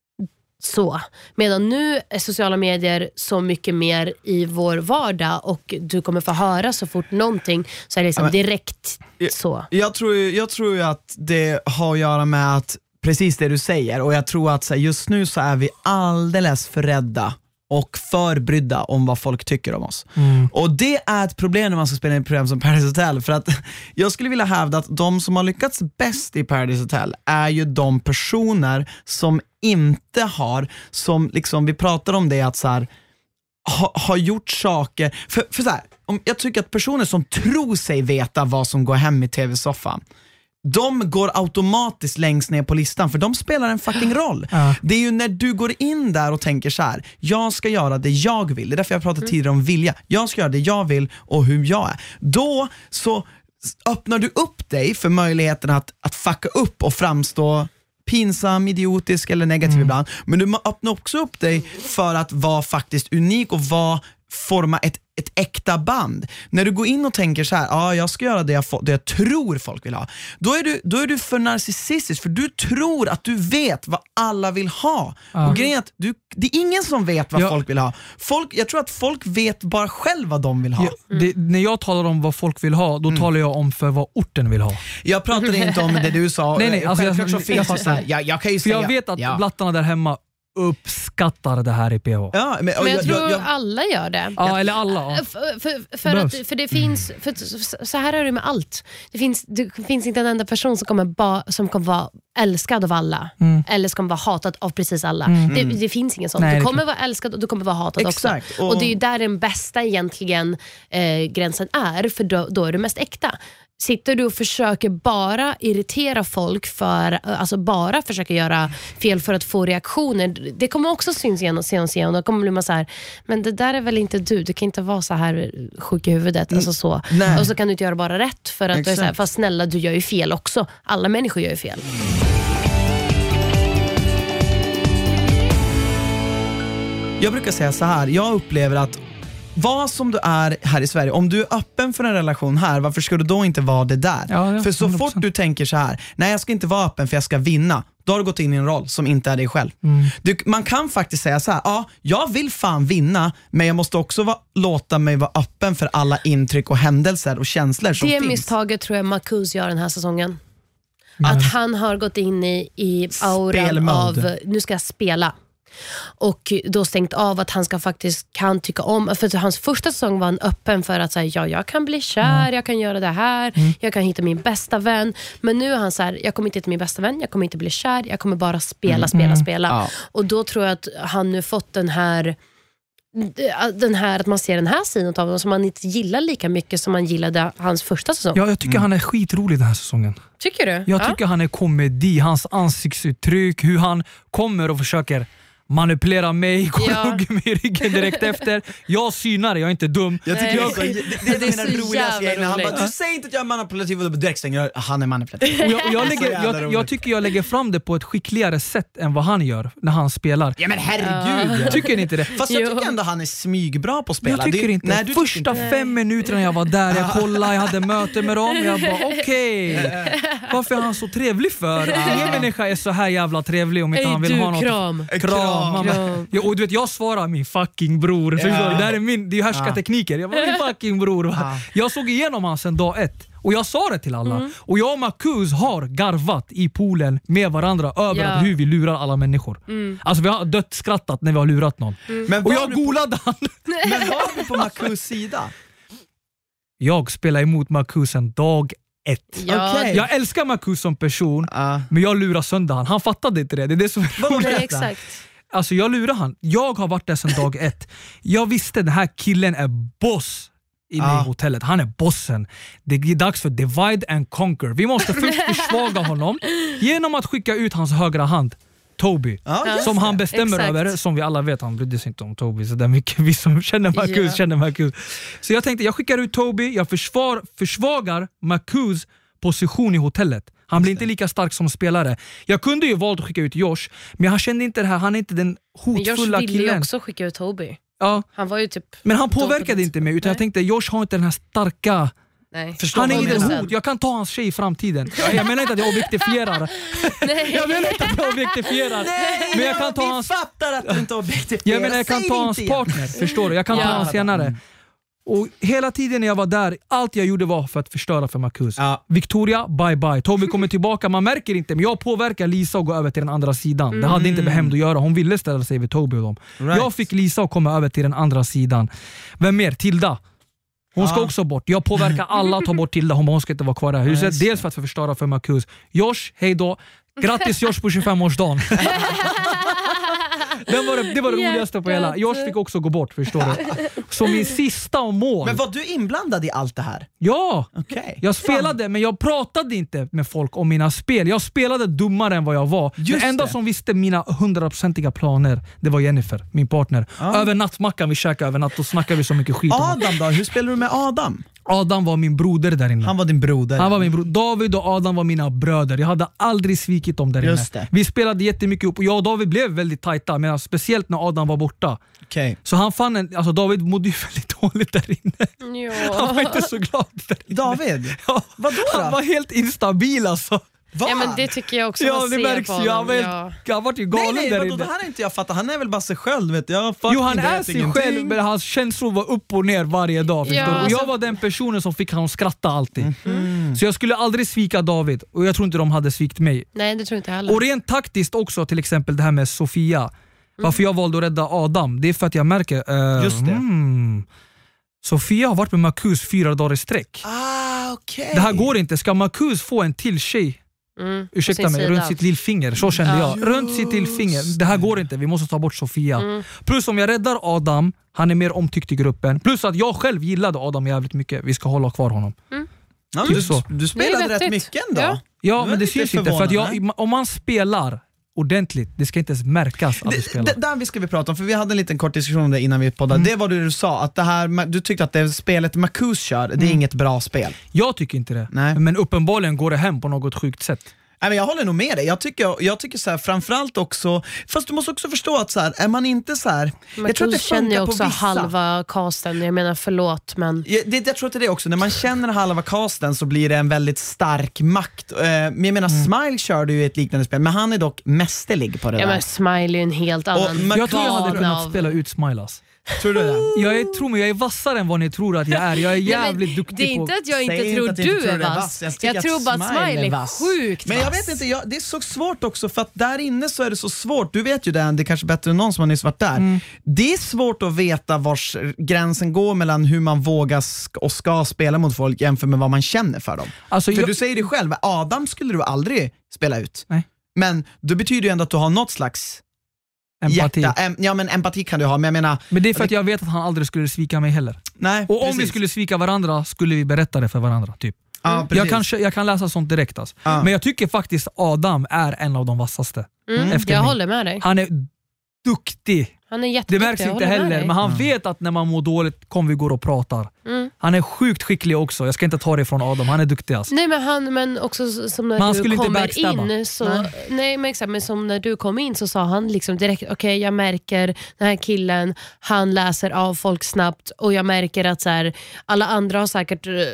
så. Medan nu är sociala medier så mycket mer i vår vardag och du kommer få höra så fort någonting så är det liksom Ja, men- direkt så. Jag tror, ju- jag tror ju att det har att göra med att precis det du säger, och jag tror att så här, just nu så är vi alldeles för rädda och förbrydda om vad folk tycker om oss. Mm. Och det är ett problem när man ska spela i ett program som Paradise Hotel, för att jag skulle vilja hävda att de som har lyckats bäst i Paradise Hotel är ju de personer som inte har, som liksom, vi pratar om det att så här, ha, har gjort saker, för, för så här, om, jag tycker att personer som tror sig veta vad som går hem i tv-soffan, de går automatiskt längst ner på listan, för de spelar en fucking roll. Ja. Det är ju när du går in där och tänker så här: jag ska göra det jag vill. Det är därför jag pratade tidigare om vilja. Jag ska göra det jag vill och hur jag är. Då så öppnar du upp dig för möjligheten att, att fucka upp och framstå pinsam, idiotisk eller negativ ibland. Men du öppnar också upp dig för att vara faktiskt unik och vara, forma ett, ett äkta band. När du går in och tänker så här: ja, ah, jag ska göra det jag, få, det jag tror folk vill ha. Då är, du, då är du för narcissistisk, för du tror att du vet vad alla vill ha. Ja. Och grejen är att du, det är ingen som vet vad Ja. folk vill ha. Folk, jag tror att folk vet bara själv vad de vill ha. Ja, det, när jag talar om vad folk vill ha, då Mm. talar jag om för vad orten vill ha. Jag pratade inte om det du sa. Nej, nej, alltså Självklart jag- så finns jag det så här, jag, jag kan ju För säga, jag vet att ja. blattarna där hemma uppskattar det här i P H. Ja, men, Men jag, jag, tror jag, jag, alla gör det. Ja, eller alla. Ja. För, för, för, att, för det finns för, så här är det med allt. Det finns, det finns inte en enda person som kommer, ba, som kommer vara älskad av alla mm. eller som kommer vara hatad av precis alla. Mm. Det, det finns ingen sånt. Nej, du kommer vara älskad och du kommer vara hatad Exakt. också. Och, och det är ju där den bästa egentligen eh, gränsen är, för då, då är du mest äkta. Sitter du och försöker bara irritera folk för, alltså bara försöka göra fel för att få reaktioner, det kommer också syns igen och sen och sen och då kommer bli man så här, men det där är väl inte du, du kan inte vara så här sjuk i huvudet, mm. alltså så. Nej. Och så kan du inte göra bara rätt för att du är så här, fast snälla, du gör ju fel också. Alla människor gör ju fel. Jag brukar säga så här, jag upplever att vad som du är här i Sverige, om du är öppen för en relation här, varför ska du då inte vara det där? Ja, ja, för så fort du tänker så här, nej jag ska inte vara öppen för jag ska vinna, då har du gått in i en roll som inte är dig själv. Mm. Du, man kan faktiskt säga så här, ja, jag vill fan vinna, men jag måste också va, låta mig vara öppen för alla intryck och händelser och känslor som det finns. Det misstaget tror jag Marcus gör den här säsongen. Mm. Att han har gått in i, i auran Spelmode. av, nu ska jag spela. Och då stängt av att han ska faktiskt kan tycka om, för hans första säsong var han öppen för att säga, ja, jag kan bli kär, mm. jag kan göra det här, mm. jag kan hitta min bästa vän, men nu är han så här, jag kommer inte hitta min bästa vän, jag kommer inte bli kär, jag kommer bara spela, mm. spela, spela mm. och då tror jag att han nu fått den här den här, att man ser den här sidan av honom som man inte gillar lika mycket som man gillade hans första säsong. Ja, jag tycker mm. han är skitrolig den här säsongen. Tycker du? Jag ja. tycker han är komedi, hans ansiktsuttryck, hur han kommer och försöker manipulera mig, går ja. och hugger mig i ryggen direkt efter. Jag synar, jag är inte dum. Jag tycker jag, det, det, det är mina roligaste grejer. Han bara, du säger inte att jag är manipulativ och direkt stänger, han är manipulativ. Och jag, jag, lägger, jag, jag tycker jag lägger fram det på ett skickligare sätt än vad han gör när han spelar. Ja men herregud. Ja. Tycker ni inte det? Fast jag tycker ändå han är smygbra på att spela. Jag tycker det, inte. Nej, du Första inte. fem minuterna jag var där, jag kollade, jag hade möte med dem. Jag bara, okej. Okay. Varför är han så trevlig för? Ingen människa är så här jävla trevlig om inte Ej, han vill du, ha något. Kram. Kram. kram. Ja, och du vet, jag svarar min fucking bror. Ja. Det där är min, det är härskartekniker. Jag var min fucking bror. Ja. Jag såg igenom han sedan dag ett. Och jag sa det till alla. Mm. Och jag och Marcus har garvat i poolen med varandra över ja. hur vi lurar alla människor. Mm. Alltså vi har dött skrattat när vi har lurat någon. Mm. Men och jag golade han. Men var du på Marcus sida? Jag spelar emot Marcus en dag ett. Ja. Okay. Jag älskar Marcus som person, uh. men jag lurar sönder han. Han fattade inte det. Det är det som är roligt. Nej, exakt. Alltså jag lurar han. Jag har varit där sedan dag ett. Jag visste den här killen är boss inne ah. i hotellet. Han är bossen. Det är dags för divide and conquer. Vi måste först försvaga honom genom att skicka ut hans högra hand, Toby, ah, som han bestämmer Exakt. över. Som vi alla vet, han brydde sig inte om Toby så där mycket. Vi som känner Marcus yeah. känner Marcus. Så jag tänkte, jag skickar ut Toby. Jag försvar, försvagar Marcus position i hotellet. Han blir inte lika stark som spelare. Jag kunde ju valt att skicka ut Josh, men han kände inte det här. Han är inte den hotfulla killen. Men Josh ville ju också skicka ut Toby. Ja. Han var ju typ... Men han påverkade inte mig, utan Nej. jag tänkte, Josh har inte den här starka... Nej. Han är inte hot. Jag kan ta hans tjej i framtiden. Jag, jag menar inte att jag objektifierar. Nej. Jag menar inte att jag objektifierar. Nej, men jag kan ja, ta hans... fattar att du inte objektifierar. Jag menar, jag kan ta hans partner. Förstår du? Jag kan ja. ta hans senare. Mm. Och hela tiden när jag var där, allt jag gjorde var för att förstöra för Marcus. Ja. Victoria, bye bye. Toby kommer tillbaka, man märker inte, men jag påverkar Lisa att gå över till den andra sidan. Mm. Det hade inte med Hämnd att göra, hon ville ställa sig vid Toby och dem. Right. Jag fick Lisa att komma över till den andra sidan. Vem mer? Tilda. Hon ska ja. också bort. Jag påverkar alla att ta bort Tilda, hon, hon ska inte vara kvar där. Yes. Dels för att förstöra för Marcus. Josh, hej då. Grattis Josh på tjugofemårsdagen. Den var det, det var det roligaste på hela. Josh fick också gå bort, förstår du. Så min sista mål. Men var du inblandad i allt det här? Ja, okay. Jag spelade, men jag pratade inte med folk om mina spel. Jag spelade dummare än vad jag var. Just Den enda det. som visste mina hundraprocentiga planer, det var Jennifer, min partner. Ah. Över nattmackan, vi käkade över natt och snackade vi så mycket skit. Adam då? Hur spelar du med Adam? Adam var min broder där inne. Han var din broder. Han var min broder. David och Adam var mina bröder. Jag hade aldrig svikit dem där Just inne. Det. Vi spelade jättemycket upp och jag och David blev väldigt tajta, men speciellt när Adam var borta. Okay. Så han fann en, alltså David mådde ju väldigt dåligt där inne. Ja. Han var inte så glad där inne. David? Ja. Vadå då? Han var helt instabil alltså. Va? Ja, men det tycker jag också. Ja, det märks ju. Han var, ja. han var ju galen nej, nej, där inne. Det här är inte jag fattar. Han är väl bara sig själv, vet jag. Jo, han är sig ingenting. själv, men hans känslor var upp och ner varje dag. Ja, och jag så... var den personen som fick honom skratta alltid. Mm. Så jag skulle aldrig svika David. Och jag tror inte de hade svikt mig. Nej, det tror inte jag heller. Och rent taktiskt också, till exempel det här med Sofia. Varför jag valde att rädda Adam, det är för att jag märker uh, Just det. Mm, Sofia har varit med Marcus fyra dagar i sträck. Ah, okay. Det här går inte. Ska Marcus få en till tjej, Mm, ursäkta mig, runt sitt lillfinger, så kände jag. Just. Runt sitt lillfinger. Det här går inte, vi måste ta bort Sofia. Mm. Plus om jag räddar Adam, han är mer omtyckt i gruppen. Plus att jag själv gillade Adam jävligt mycket. Vi ska hålla kvar honom. Mm. Ja, Typ du, så. du spelade rätt vettigt. mycket ändå. Ja. Ja, Jag men är det lite syns inte. För att jag, förvånad, om man spelar ordentligt, det ska inte ens märkas att du Det, spelar. det, där vi ska vi prata om, för vi hade en liten kort diskussion om det innan vi poddade. Mm. Det var det du sa, att det här, du tyckte att det spelet Marcus kör, det är Mm. inget bra spel. Jag tycker inte det. Nej. Men uppenbarligen går det hem på något sjukt sätt. Nej, men jag håller nog med dig. Jag tycker, jag tycker så här, framförallt också, fast du måste också förstå att så här, är man inte så här, Men jag tror att det känner funkar jag på också vissa. halva casten. Jag menar förlåt, men Jag, det, jag tror att det är det också, när man känner halva casten så blir det en väldigt stark makt. Eh, men jag menar, Mm. Smile körde ju ett liknande spel, men han är dock mästerlig på det ja, där. men Smiley är en helt annan. Men Jag tror jag hade Van kunnat av- spela ut Smilas. Tror du det? Jag är, tror mig, jag är vassare än vad ni tror att jag är. Jag är Nej, men jävligt duktig det är på... inte att jag inte Säg tror inte att jag inte du tror är du är vass. vass. Jag Jag, tycker tror att bara att Smile Smile är är vass. sjukt Men jag vass. vet inte, jag, det är så svårt också, för att där inne så är det så svårt. Du vet ju det, det är kanske bättre än någon som har nyss varit där. Mm. Det är svårt att veta vars gränsen går mellan hur man vågar sk- och ska spela mot folk jämfört med vad man känner för dem. Alltså, För jag, du säger det själv, Adam skulle du aldrig spela ut. Nej. Men det betyder ju ändå att du har något slags empati. hjärta. Em, ja, men empati kan du ha, men jag menar, Men det är för att jag vet att han aldrig skulle svika mig heller. nej, Och om vi precis. skulle svika varandra skulle vi berätta det för varandra. Typ. Ja, precis. Jag, kanske, jag kan läsa sånt direkt. Alltså. Ja. Men jag tycker faktiskt Adam är en av de vassaste. Mm, efter jag mig. håller med dig. Han är duktig. Han är Det jätteduktig. märks jag inte håller med heller, dig. men han Mm. vet att när man mår dåligt kommer vi gå och pratar. Mm. Han är sjukt skicklig också. Jag ska inte ta det från Adam, han är duktig alltså. Nej, men han, men också s- som när Men han du skulle inte kommer backstabba. in så, nej. men exakt, men som när du kom in så sa han liksom direkt, okej, jag märker den här killen, han läser av folk snabbt och jag märker att så här, alla andra har säkert uh,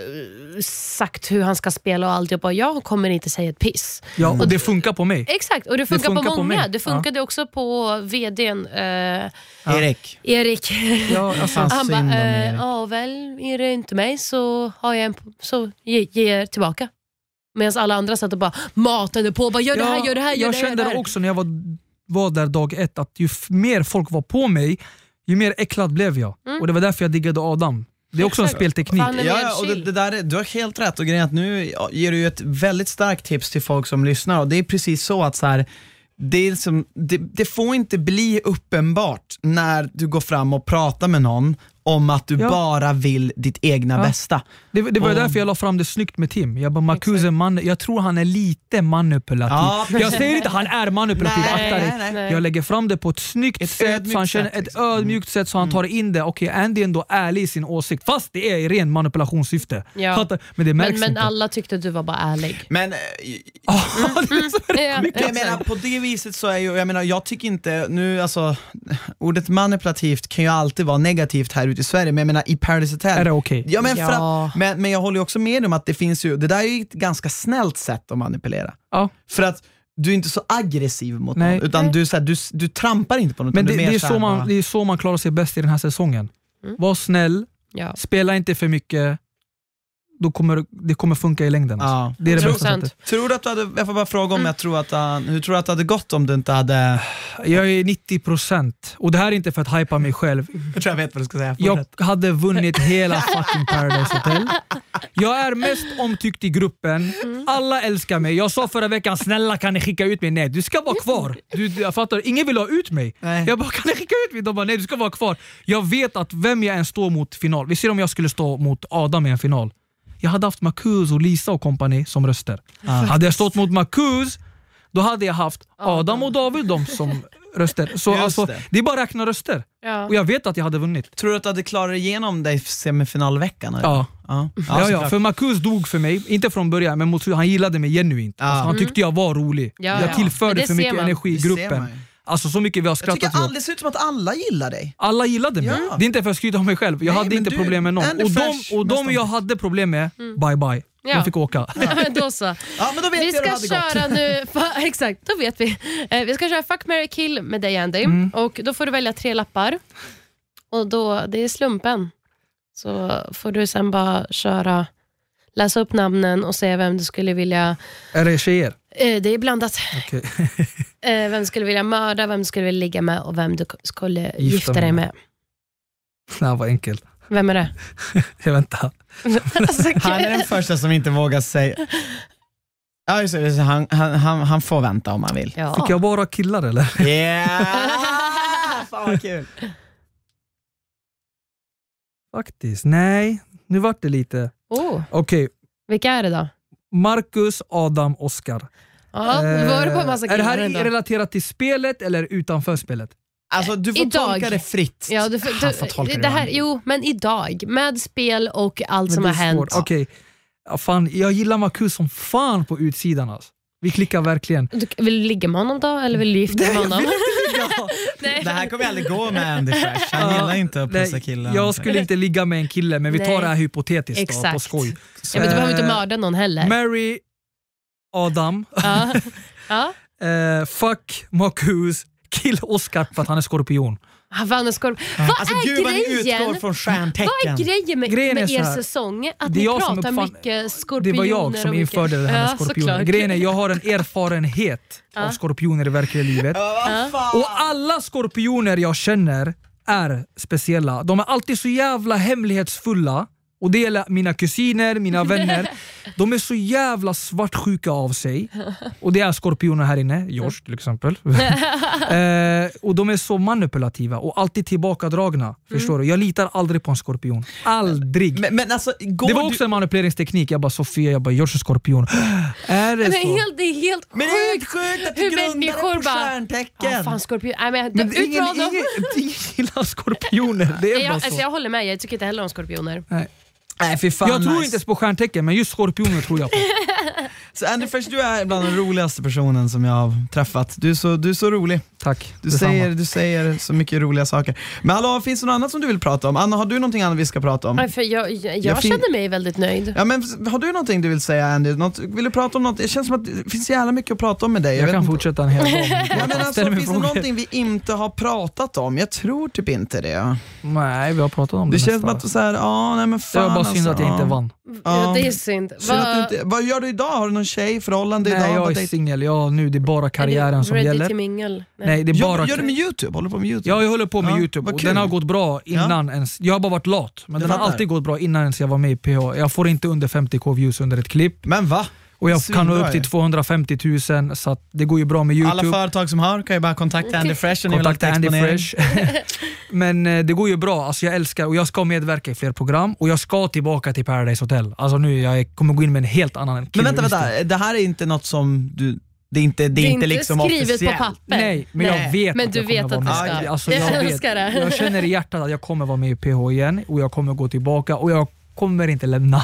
sagt hur han ska spela och allt, och jag kommer inte säga ett piss. Ja, och det funkar på mig. Exakt, och det funkar, funkar på på många. mig. Det funkade också på vdn eh, Erik. Erik. Ja, alltså, Fan, Han synd bara, om eh, Erik. ja väl, är det inte mig så har jag en, så ge, ger tillbaka. Medan alla andra satt och bara matade på, bara, gör det här, gör det här, gör jag det här. kände gör det här. också när jag var, var där dag ett, att ju f- mer folk var på mig, ju mer äcklad blev jag. Mm. Och det var därför jag diggade Adam. Det är också en Exakt. spelteknik. Fan, är Ja, mer ja, och det, chill. det där är, du har helt rätt, och grejen är att nu ger du ju ett väldigt starkt tips till folk som lyssnar, och det är precis så att så här, det, är som, det, det får inte bli uppenbart när du går fram och pratar med någon om att du Ja. bara vill ditt egna Ja. bästa. Det, det var Och- därför jag la fram det snyggt med Tim. Jag bara, Marcus är man, jag tror han är lite manipulativ. Ja, jag säger inte att han är manipulativ, Nej, akta dig. nej, nej. Jag lägger fram det på ett snyggt Ett sätt, ödmjukt så han känner, sätt, ett liksom. ödmjukt sätt så han tar in det. Okej, Andy är ändå ärlig i sin åsikt, fast det är i ren manipulationssyfte. Ja. Fattar? Men det märks Men, men inte. alla tyckte att du var bara ärlig. Men eh, Ah, det är så- Ja, jag exakt. menar, på det viset så är ju, jag menar, jag tycker inte, nu alltså, ordet manipulativt kan ju alltid vara negativt här ute i Sverige, men jag menar i Paradise Hotel. Är det okej? Ja, men, för Ja. att, men, men jag håller ju också med om att det finns ju, det där är ju ett ganska snällt sätt att manipulera. Ja. För att du är inte så aggressiv mot Nej. någon, utan du, så här, du, du trampar inte på något. Men utan det, du är det, mer är så här så man, bara- det är så man klarar sig bäst i den här säsongen. Mm. Var snäll, Ja. spela inte för mycket, då kommer det kommer funka i längden. Alltså. Ja. Det är det hundra bästa procent. sättet. Tror du att du hade, jag får bara fråga om Mm. jag tror att han, hur tror du att det hade gått om du inte hade... Jag är nittio procent, och det här är inte för att hypa mig själv. Jag tror jag vet vad du ska säga. Jag hade vunnit hela fucking Paradise Hotel. Jag är mest omtyckt i gruppen. Alla älskar mig. Jag sa förra veckan, snälla kan ni skicka ut mig? Nej, du ska vara kvar. Du, jag fattar, ingen vill ha ut mig. Nej. Jag bara, kan ni skicka ut mig? De bara, nej du ska vara kvar. Jag vet att vem jag än står mot final. Vi ser om jag skulle stå mot Adam i en final. Jag hade haft Marcus och Lisa och kompani som röster. Ah. Hade jag stått mot Marcus, då hade jag haft Adam och David de som röster. Så Just alltså, det. det är bara att räkna röster. Ja. Och jag vet att jag hade vunnit. Tror du att du hade klarat igenom dig semifinalveckan? eller? Ja. Ja, Ja, ja, såklart. för Marcus dog för mig, inte från början, men mot, han gillade mig genuint. Ja. Alltså, han tyckte jag var rolig. Ja, ja. Jag Men tillförde det för ser mycket man. energi i Det ser gruppen. man ju. Alltså så mycket vi har Jag skrattat tycker åt. aldrig ser ut som att alla gillar dig. Alla gillade mig. Ja. Det är inte för att skryta om mig själv. Jag Nej, hade men inte du- problem med någon. Andy Och de, Fresh, och de mest jag om- hade problem med, bye bye. Ja. Jag fick åka. Då så. Ja, men då vet Vi jag hur det ska hade gått. köra nu, fa- exakt, då vet vi. Eh, vi ska köra Fuck, Marry, Kill med dig Andy. Mm. Och då får du välja tre lappar. Och då, det är slumpen. Så får du sen bara köra läsa upp namnen och säga vem du skulle vilja... Är det tjejer? Eh, det är blandat. Okay. eh, vem du skulle vilja mörda, vem du skulle vilja ligga med och vem du skulle gifta, gifta dig med. Nej, vad enkelt. Vem är det? Jag väntar. alltså, han är den första som inte vågar säga... Ja, just det, han, han, han, han får vänta om han vill. Ja. Fick jag bara killar eller? Yeah! Fan vad kul. Faktiskt, nej. Nu vart det lite... Oh. Okej. Okay. Vilka är det då? Marcus, Adam, Oscar. Ja, nu var det på en massa killar. Är det här ändå. relaterat till spelet eller utanför spelet? Alltså du får idag. tolka det fritt. Ja, du får, du, får tolka det, det här, jo, men idag. Med spel och allt men som har hänt. Okej. Okay. Ja, fan, jag gillar Marcus som fan på utsidan. Alltså. Vi klickar verkligen. Du, vill du ligga med honom då? Eller vill du gifta dig med honom? Nej. Det här kommer aldrig gå med Andy Fresh. Han gillar inte att pussa killar. Jag skulle inte ligga med en kille, men vi tar Nej. det här hypotetiskt Exakt. Då, på skoj. Så, ja, men du behöver inte mörda någon heller. Mary, Adam. Ja. Ja. uh, fuck Marcus, kill Oscar för att han är skorpion. Han är skorp- ja. Vad alltså, är gud, grejen? Vad från stjärntecken. Vad är grejen med, grejen med er säsong? Att ni pratar uppfann... mycket skorpioner. Det var jag som införde mycket... det här med ja, skorpioner. Grejen är, jag har en erfarenhet ja. av skorpioner i verkliga livet. Ja. Och alla skorpioner jag känner är speciella. De är alltid så jävla hemlighetsfulla. Och det gäller mina kusiner, mina vänner. De är så jävla svartsjuka av sig. Och det är skorpioner här inne. Josh till exempel. eh, och de är så manipulativa. Och alltid tillbakadragna. Mm. Förstår du? Jag litar aldrig på en skorpion. Aldrig. Men, men alltså, det var också du... en manipuleringsteknik. Jag bara, Sofia, jag bara, Josh är skorpion. Är det men så? Helt, det är helt sjukt. Men det är helt sjukt att du grundar på stjärntecken. Ja, fan, skorpion. Nej, men, men ingen, ingen, ingen gillar skorpioner. Det är jag, bara alltså, så. Jag håller med. Jag tycker inte heller om skorpioner. Nej. Nej, för fan, jag tror nice. inte ens på stjärntecken, men just skorpioner tror jag på. Så Andy Fresh, du är bland den roligaste personen som jag har träffat. Du är så, du är så rolig. Tack. Du säger, du säger så mycket roliga saker. Men hallå, finns det något annat som du vill prata om? Anna, har du någonting annat vi ska prata om? Nej, för jag jag, jag, jag känner mig väldigt nöjd. Ja, men har du någonting du vill säga, Andy? Något, vill du prata om något? Det känns som att det finns jävla mycket att prata om med dig. Jag, jag kan inte. fortsätta en hel gång. Ja, men alltså, finns det någonting vi inte har pratat om? Jag tror typ inte det. Nej, vi har pratat om det. Det känns som att du säger, ja, nej men fan. Det var bara synd alltså, att jag inte vann. Ja, det är synd. Va? Inte, vad gör du idag? Har du någon tjej, förhållande nej, idag? Nej, jag är singel. Ja, nu det är bara karriären är som gäller. Till mingel? Nej. Nej, det är bara... Gör, gör du med YouTube? Håller på med YouTube? Ja, jag håller på med ja, YouTube. Och den har gått bra innan ja. ens... Jag har bara varit lat. Men jag den har alltid gått bra innan ens jag var med i P H. Jag får inte under femtio k views under ett klipp. Men va? Och jag kan nå upp till tvåhundrafemtio tusen, så att det går ju bra med YouTube. Alla företag som har kan ju bara kontakta Andy Fresh. Kontakta Andy Fresh. Men eh, det går ju bra. Alltså, jag älskar, och jag ska medverka i fler program. Och jag ska tillbaka till Paradise Hotel. Alltså nu, jag kommer gå in med en helt annan... Men vänta, vänta. Det här är inte något som du... Det är inte, det är det är inte, inte liksom skrivet officiellt. på papper. Nej, men Nej. jag vet men att du jag vet kommer att vara du med. ska. Alltså, jag, jag vet, älskar det. Jag känner i hjärtat att jag kommer vara med i P H igen. Och jag kommer gå tillbaka. Och jag kommer inte lämna.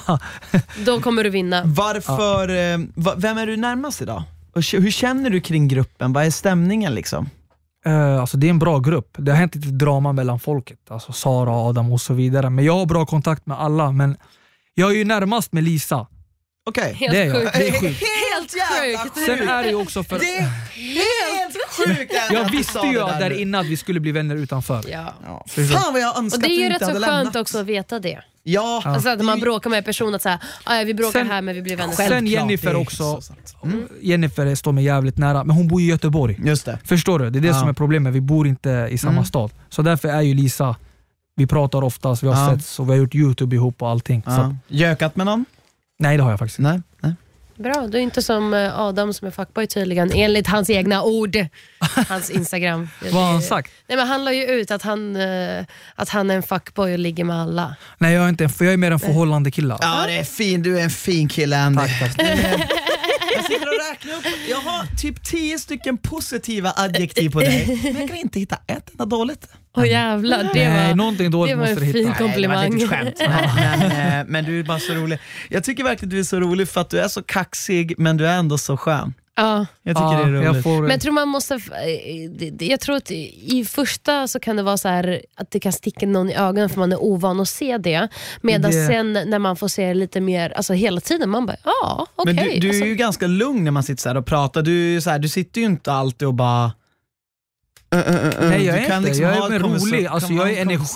Då kommer du vinna. Varför, ja. eh, vem är du närmast idag? Och hur känner du kring gruppen? Vad är stämningen liksom? Uh, alltså det är en bra grupp. Det har hänt lite drama mellan folket. Alltså Sara, Adam och så vidare. Men jag har bra kontakt med alla. Men jag är ju närmast med Lisa. Okej. Helt det är sjukt. Det är sjukt. Helt sjukt. Sen är det ju också för... Det är helt sjukt. Jag visste ju där, där innan att vi skulle bli vänner utanför. Ja. Ja. Fan vad jag önskar. Och det är ju rätt så skönt lämnat. också att veta det. Ja. Alltså att man bråkar med en person att säga, ah, vi bråkar sen, här men vi blir vänner. Sen Jennifer också. Mm. Jennifer står mig jävligt nära, men hon bor i Göteborg. Just det. Förstår du? Det är det ja. som är problemet. Vi bor inte i samma mm. stad. Så därför är ju Lisa, vi pratar oftast, vi har ja. sett, så vi har gjort YouTube ihop och allting. Ja. Så att, Jökat med någon? Nej, det har jag faktiskt inte. Nej, nej. Bra, du är inte som Adam som är fuckboy tydligen, enligt hans egna ord. Hans Instagram. Vad har han sagt? Nej, men han la ju ut att han, att han är en fuckboy och ligger med alla. Nej, jag är inte, för jag är mer en förhållande kille. Ja, det är fin, du är en fin kille, Andy. Tack, tack. Jag sitter och räknar upp, jag har typ tio stycken positiva adjektiv på dig, men jag kan inte hitta ett enda dåligt. Åh oh, jävlar, det var, Nej, någonting dåligt det var måste en fin hitta. komplimang. Nej, det var lite skämt. men, men, men du är bara så rolig. Jag tycker verkligen att du är så rolig för att du är så kaxig, men du är ändå så skön. Ja. Jag tycker ja, det är roligt. Jag får... Men jag tror man måste, jag tror att i första så kan det vara så här att det kan sticka någon i ögonen för man är ovan att se det. Medan det... sen när man får se lite mer, alltså hela tiden, man bara, ja, okej. Okay. Men du, du är alltså... ju ganska lugn när man sitter så här och pratar. Du, är så här, du sitter ju inte alltid och bara... Uh, uh, uh, Nej, jag du är kan inte. liksom jag är mer rolig. Alltså, jag är energi.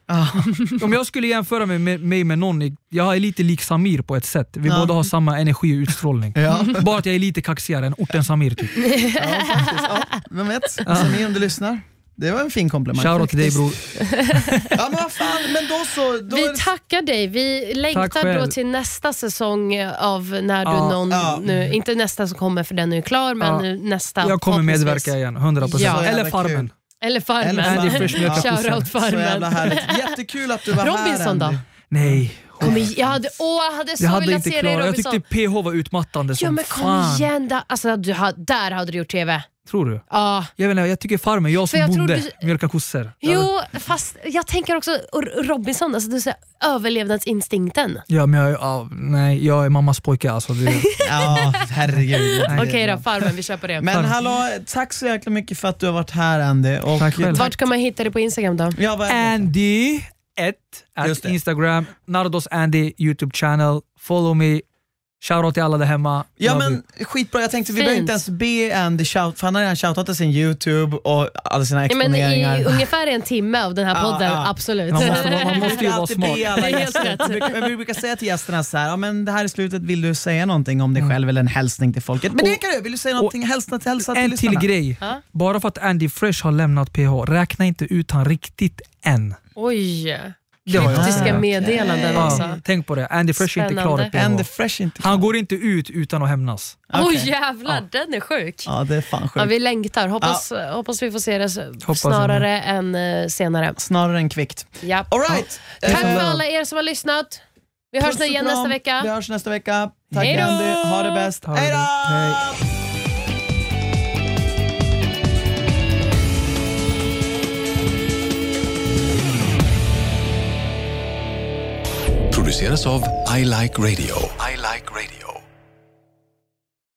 Ah. Om jag skulle jämföra mig med, mig med någon, jag är lite lik Samir på ett sätt. Vi Ja. båda har samma energi och utstrålning. Ja. Bara att jag är lite kaxigare än orten Samir typ. Ja, faktiskt. Ja, vem vet? Samir, om du lyssnar. Det var en fin komplimang. Shoutout till dig bror. Ja, men vad fan, men då så... Då Vi är det... tackar dig. Vi längtar själv. då till nästa säsong av när du Ja, någon... ja. Nu, inte nästa som kommer för den är ju klar, men Ja. nu nästa. Jag kommer förhoppningsvis. medverka igen, hundra procent. Ja. Eller Jävla Farmen. Eller Farmen. Eller Farmen. Andy Fresh mjölka kossor. Shoutout Så jävla Farmen. härligt. Jättekul att du var Robinson här, då? Andy. Nej. Kom igen, jag hade, åh, jag hade så Jag hade velat inte se dig i klarat. Jag Robinson. tyckte P H var utmattande Ja som men kom fan. igen då. Alltså, du, ha- där hade du gjort T V. Tror du? Ja. Jag vet inte, jag tycker Farmen, jag som jag tror bonde, du- mjölka kossor. Jo, fast jag tänker också och Robinson, alltså du säger överlevnadsinstinkten. Ja, men jag, ja, nej, jag är mammas pojke alltså. Det, Ja, herregud. Okej då, Farmen, vi kör på det. Men hallå, tack så jäkla mycket för att du har varit här, Andy. Och Tack själv. Vart kan man hitta dig på Instagram då? Ja, vad är det? Andy ett Just at det. Instagram, Nardos Andy YouTube channel, follow me, shoutout till alla där hemma. Ja Love men you. skitbra, jag tänkte vi Fint. behöver inte ens be Andy shout, för han har redan shoutat till sin YouTube och alla sina Ja, men exponeringar. i ungefär en timme av den här Ja, podden, ja. absolut. Man måste vara- man måste ju brukar vara alltid smart. be alla Det är helt gäster. rätt. Vi brukar, vi brukar säga till gästerna så här, ja, men det här i slutet, vill du säga någonting om dig själv eller en hälsning till folket? Men det kan du, vill du säga någonting, hälsa till, hälsa till En till lyssnarna? grej, Ja. bara för att Andy Fresh har lämnat P H, räkna inte ut han riktigt än. Oj, Det har jag kryptiska sagt. meddelanden Ja, också. tänk på det, Andy Fresh är inte klar i P H. Andy Fresh inte klar. Han går inte ut utan att hämnas. Oj Okej. jävlar, den är sjuk. Ja, det är fan Ja, sjukt. vi längtar, hoppas, hoppas vi får se det s- Hoppas snarare än eh, senare. Snarare än kvickt. Ja. All right. Tack Eh, för alla er som har lyssnat. Vi hörs puss och igen kram. nästa vecka. Vi hörs nästa vecka. Tack Hej då! Andy, ha det bäst. Ha det Hej bäst. då! Hej. Produceras av I Like Radio. I Like Radio.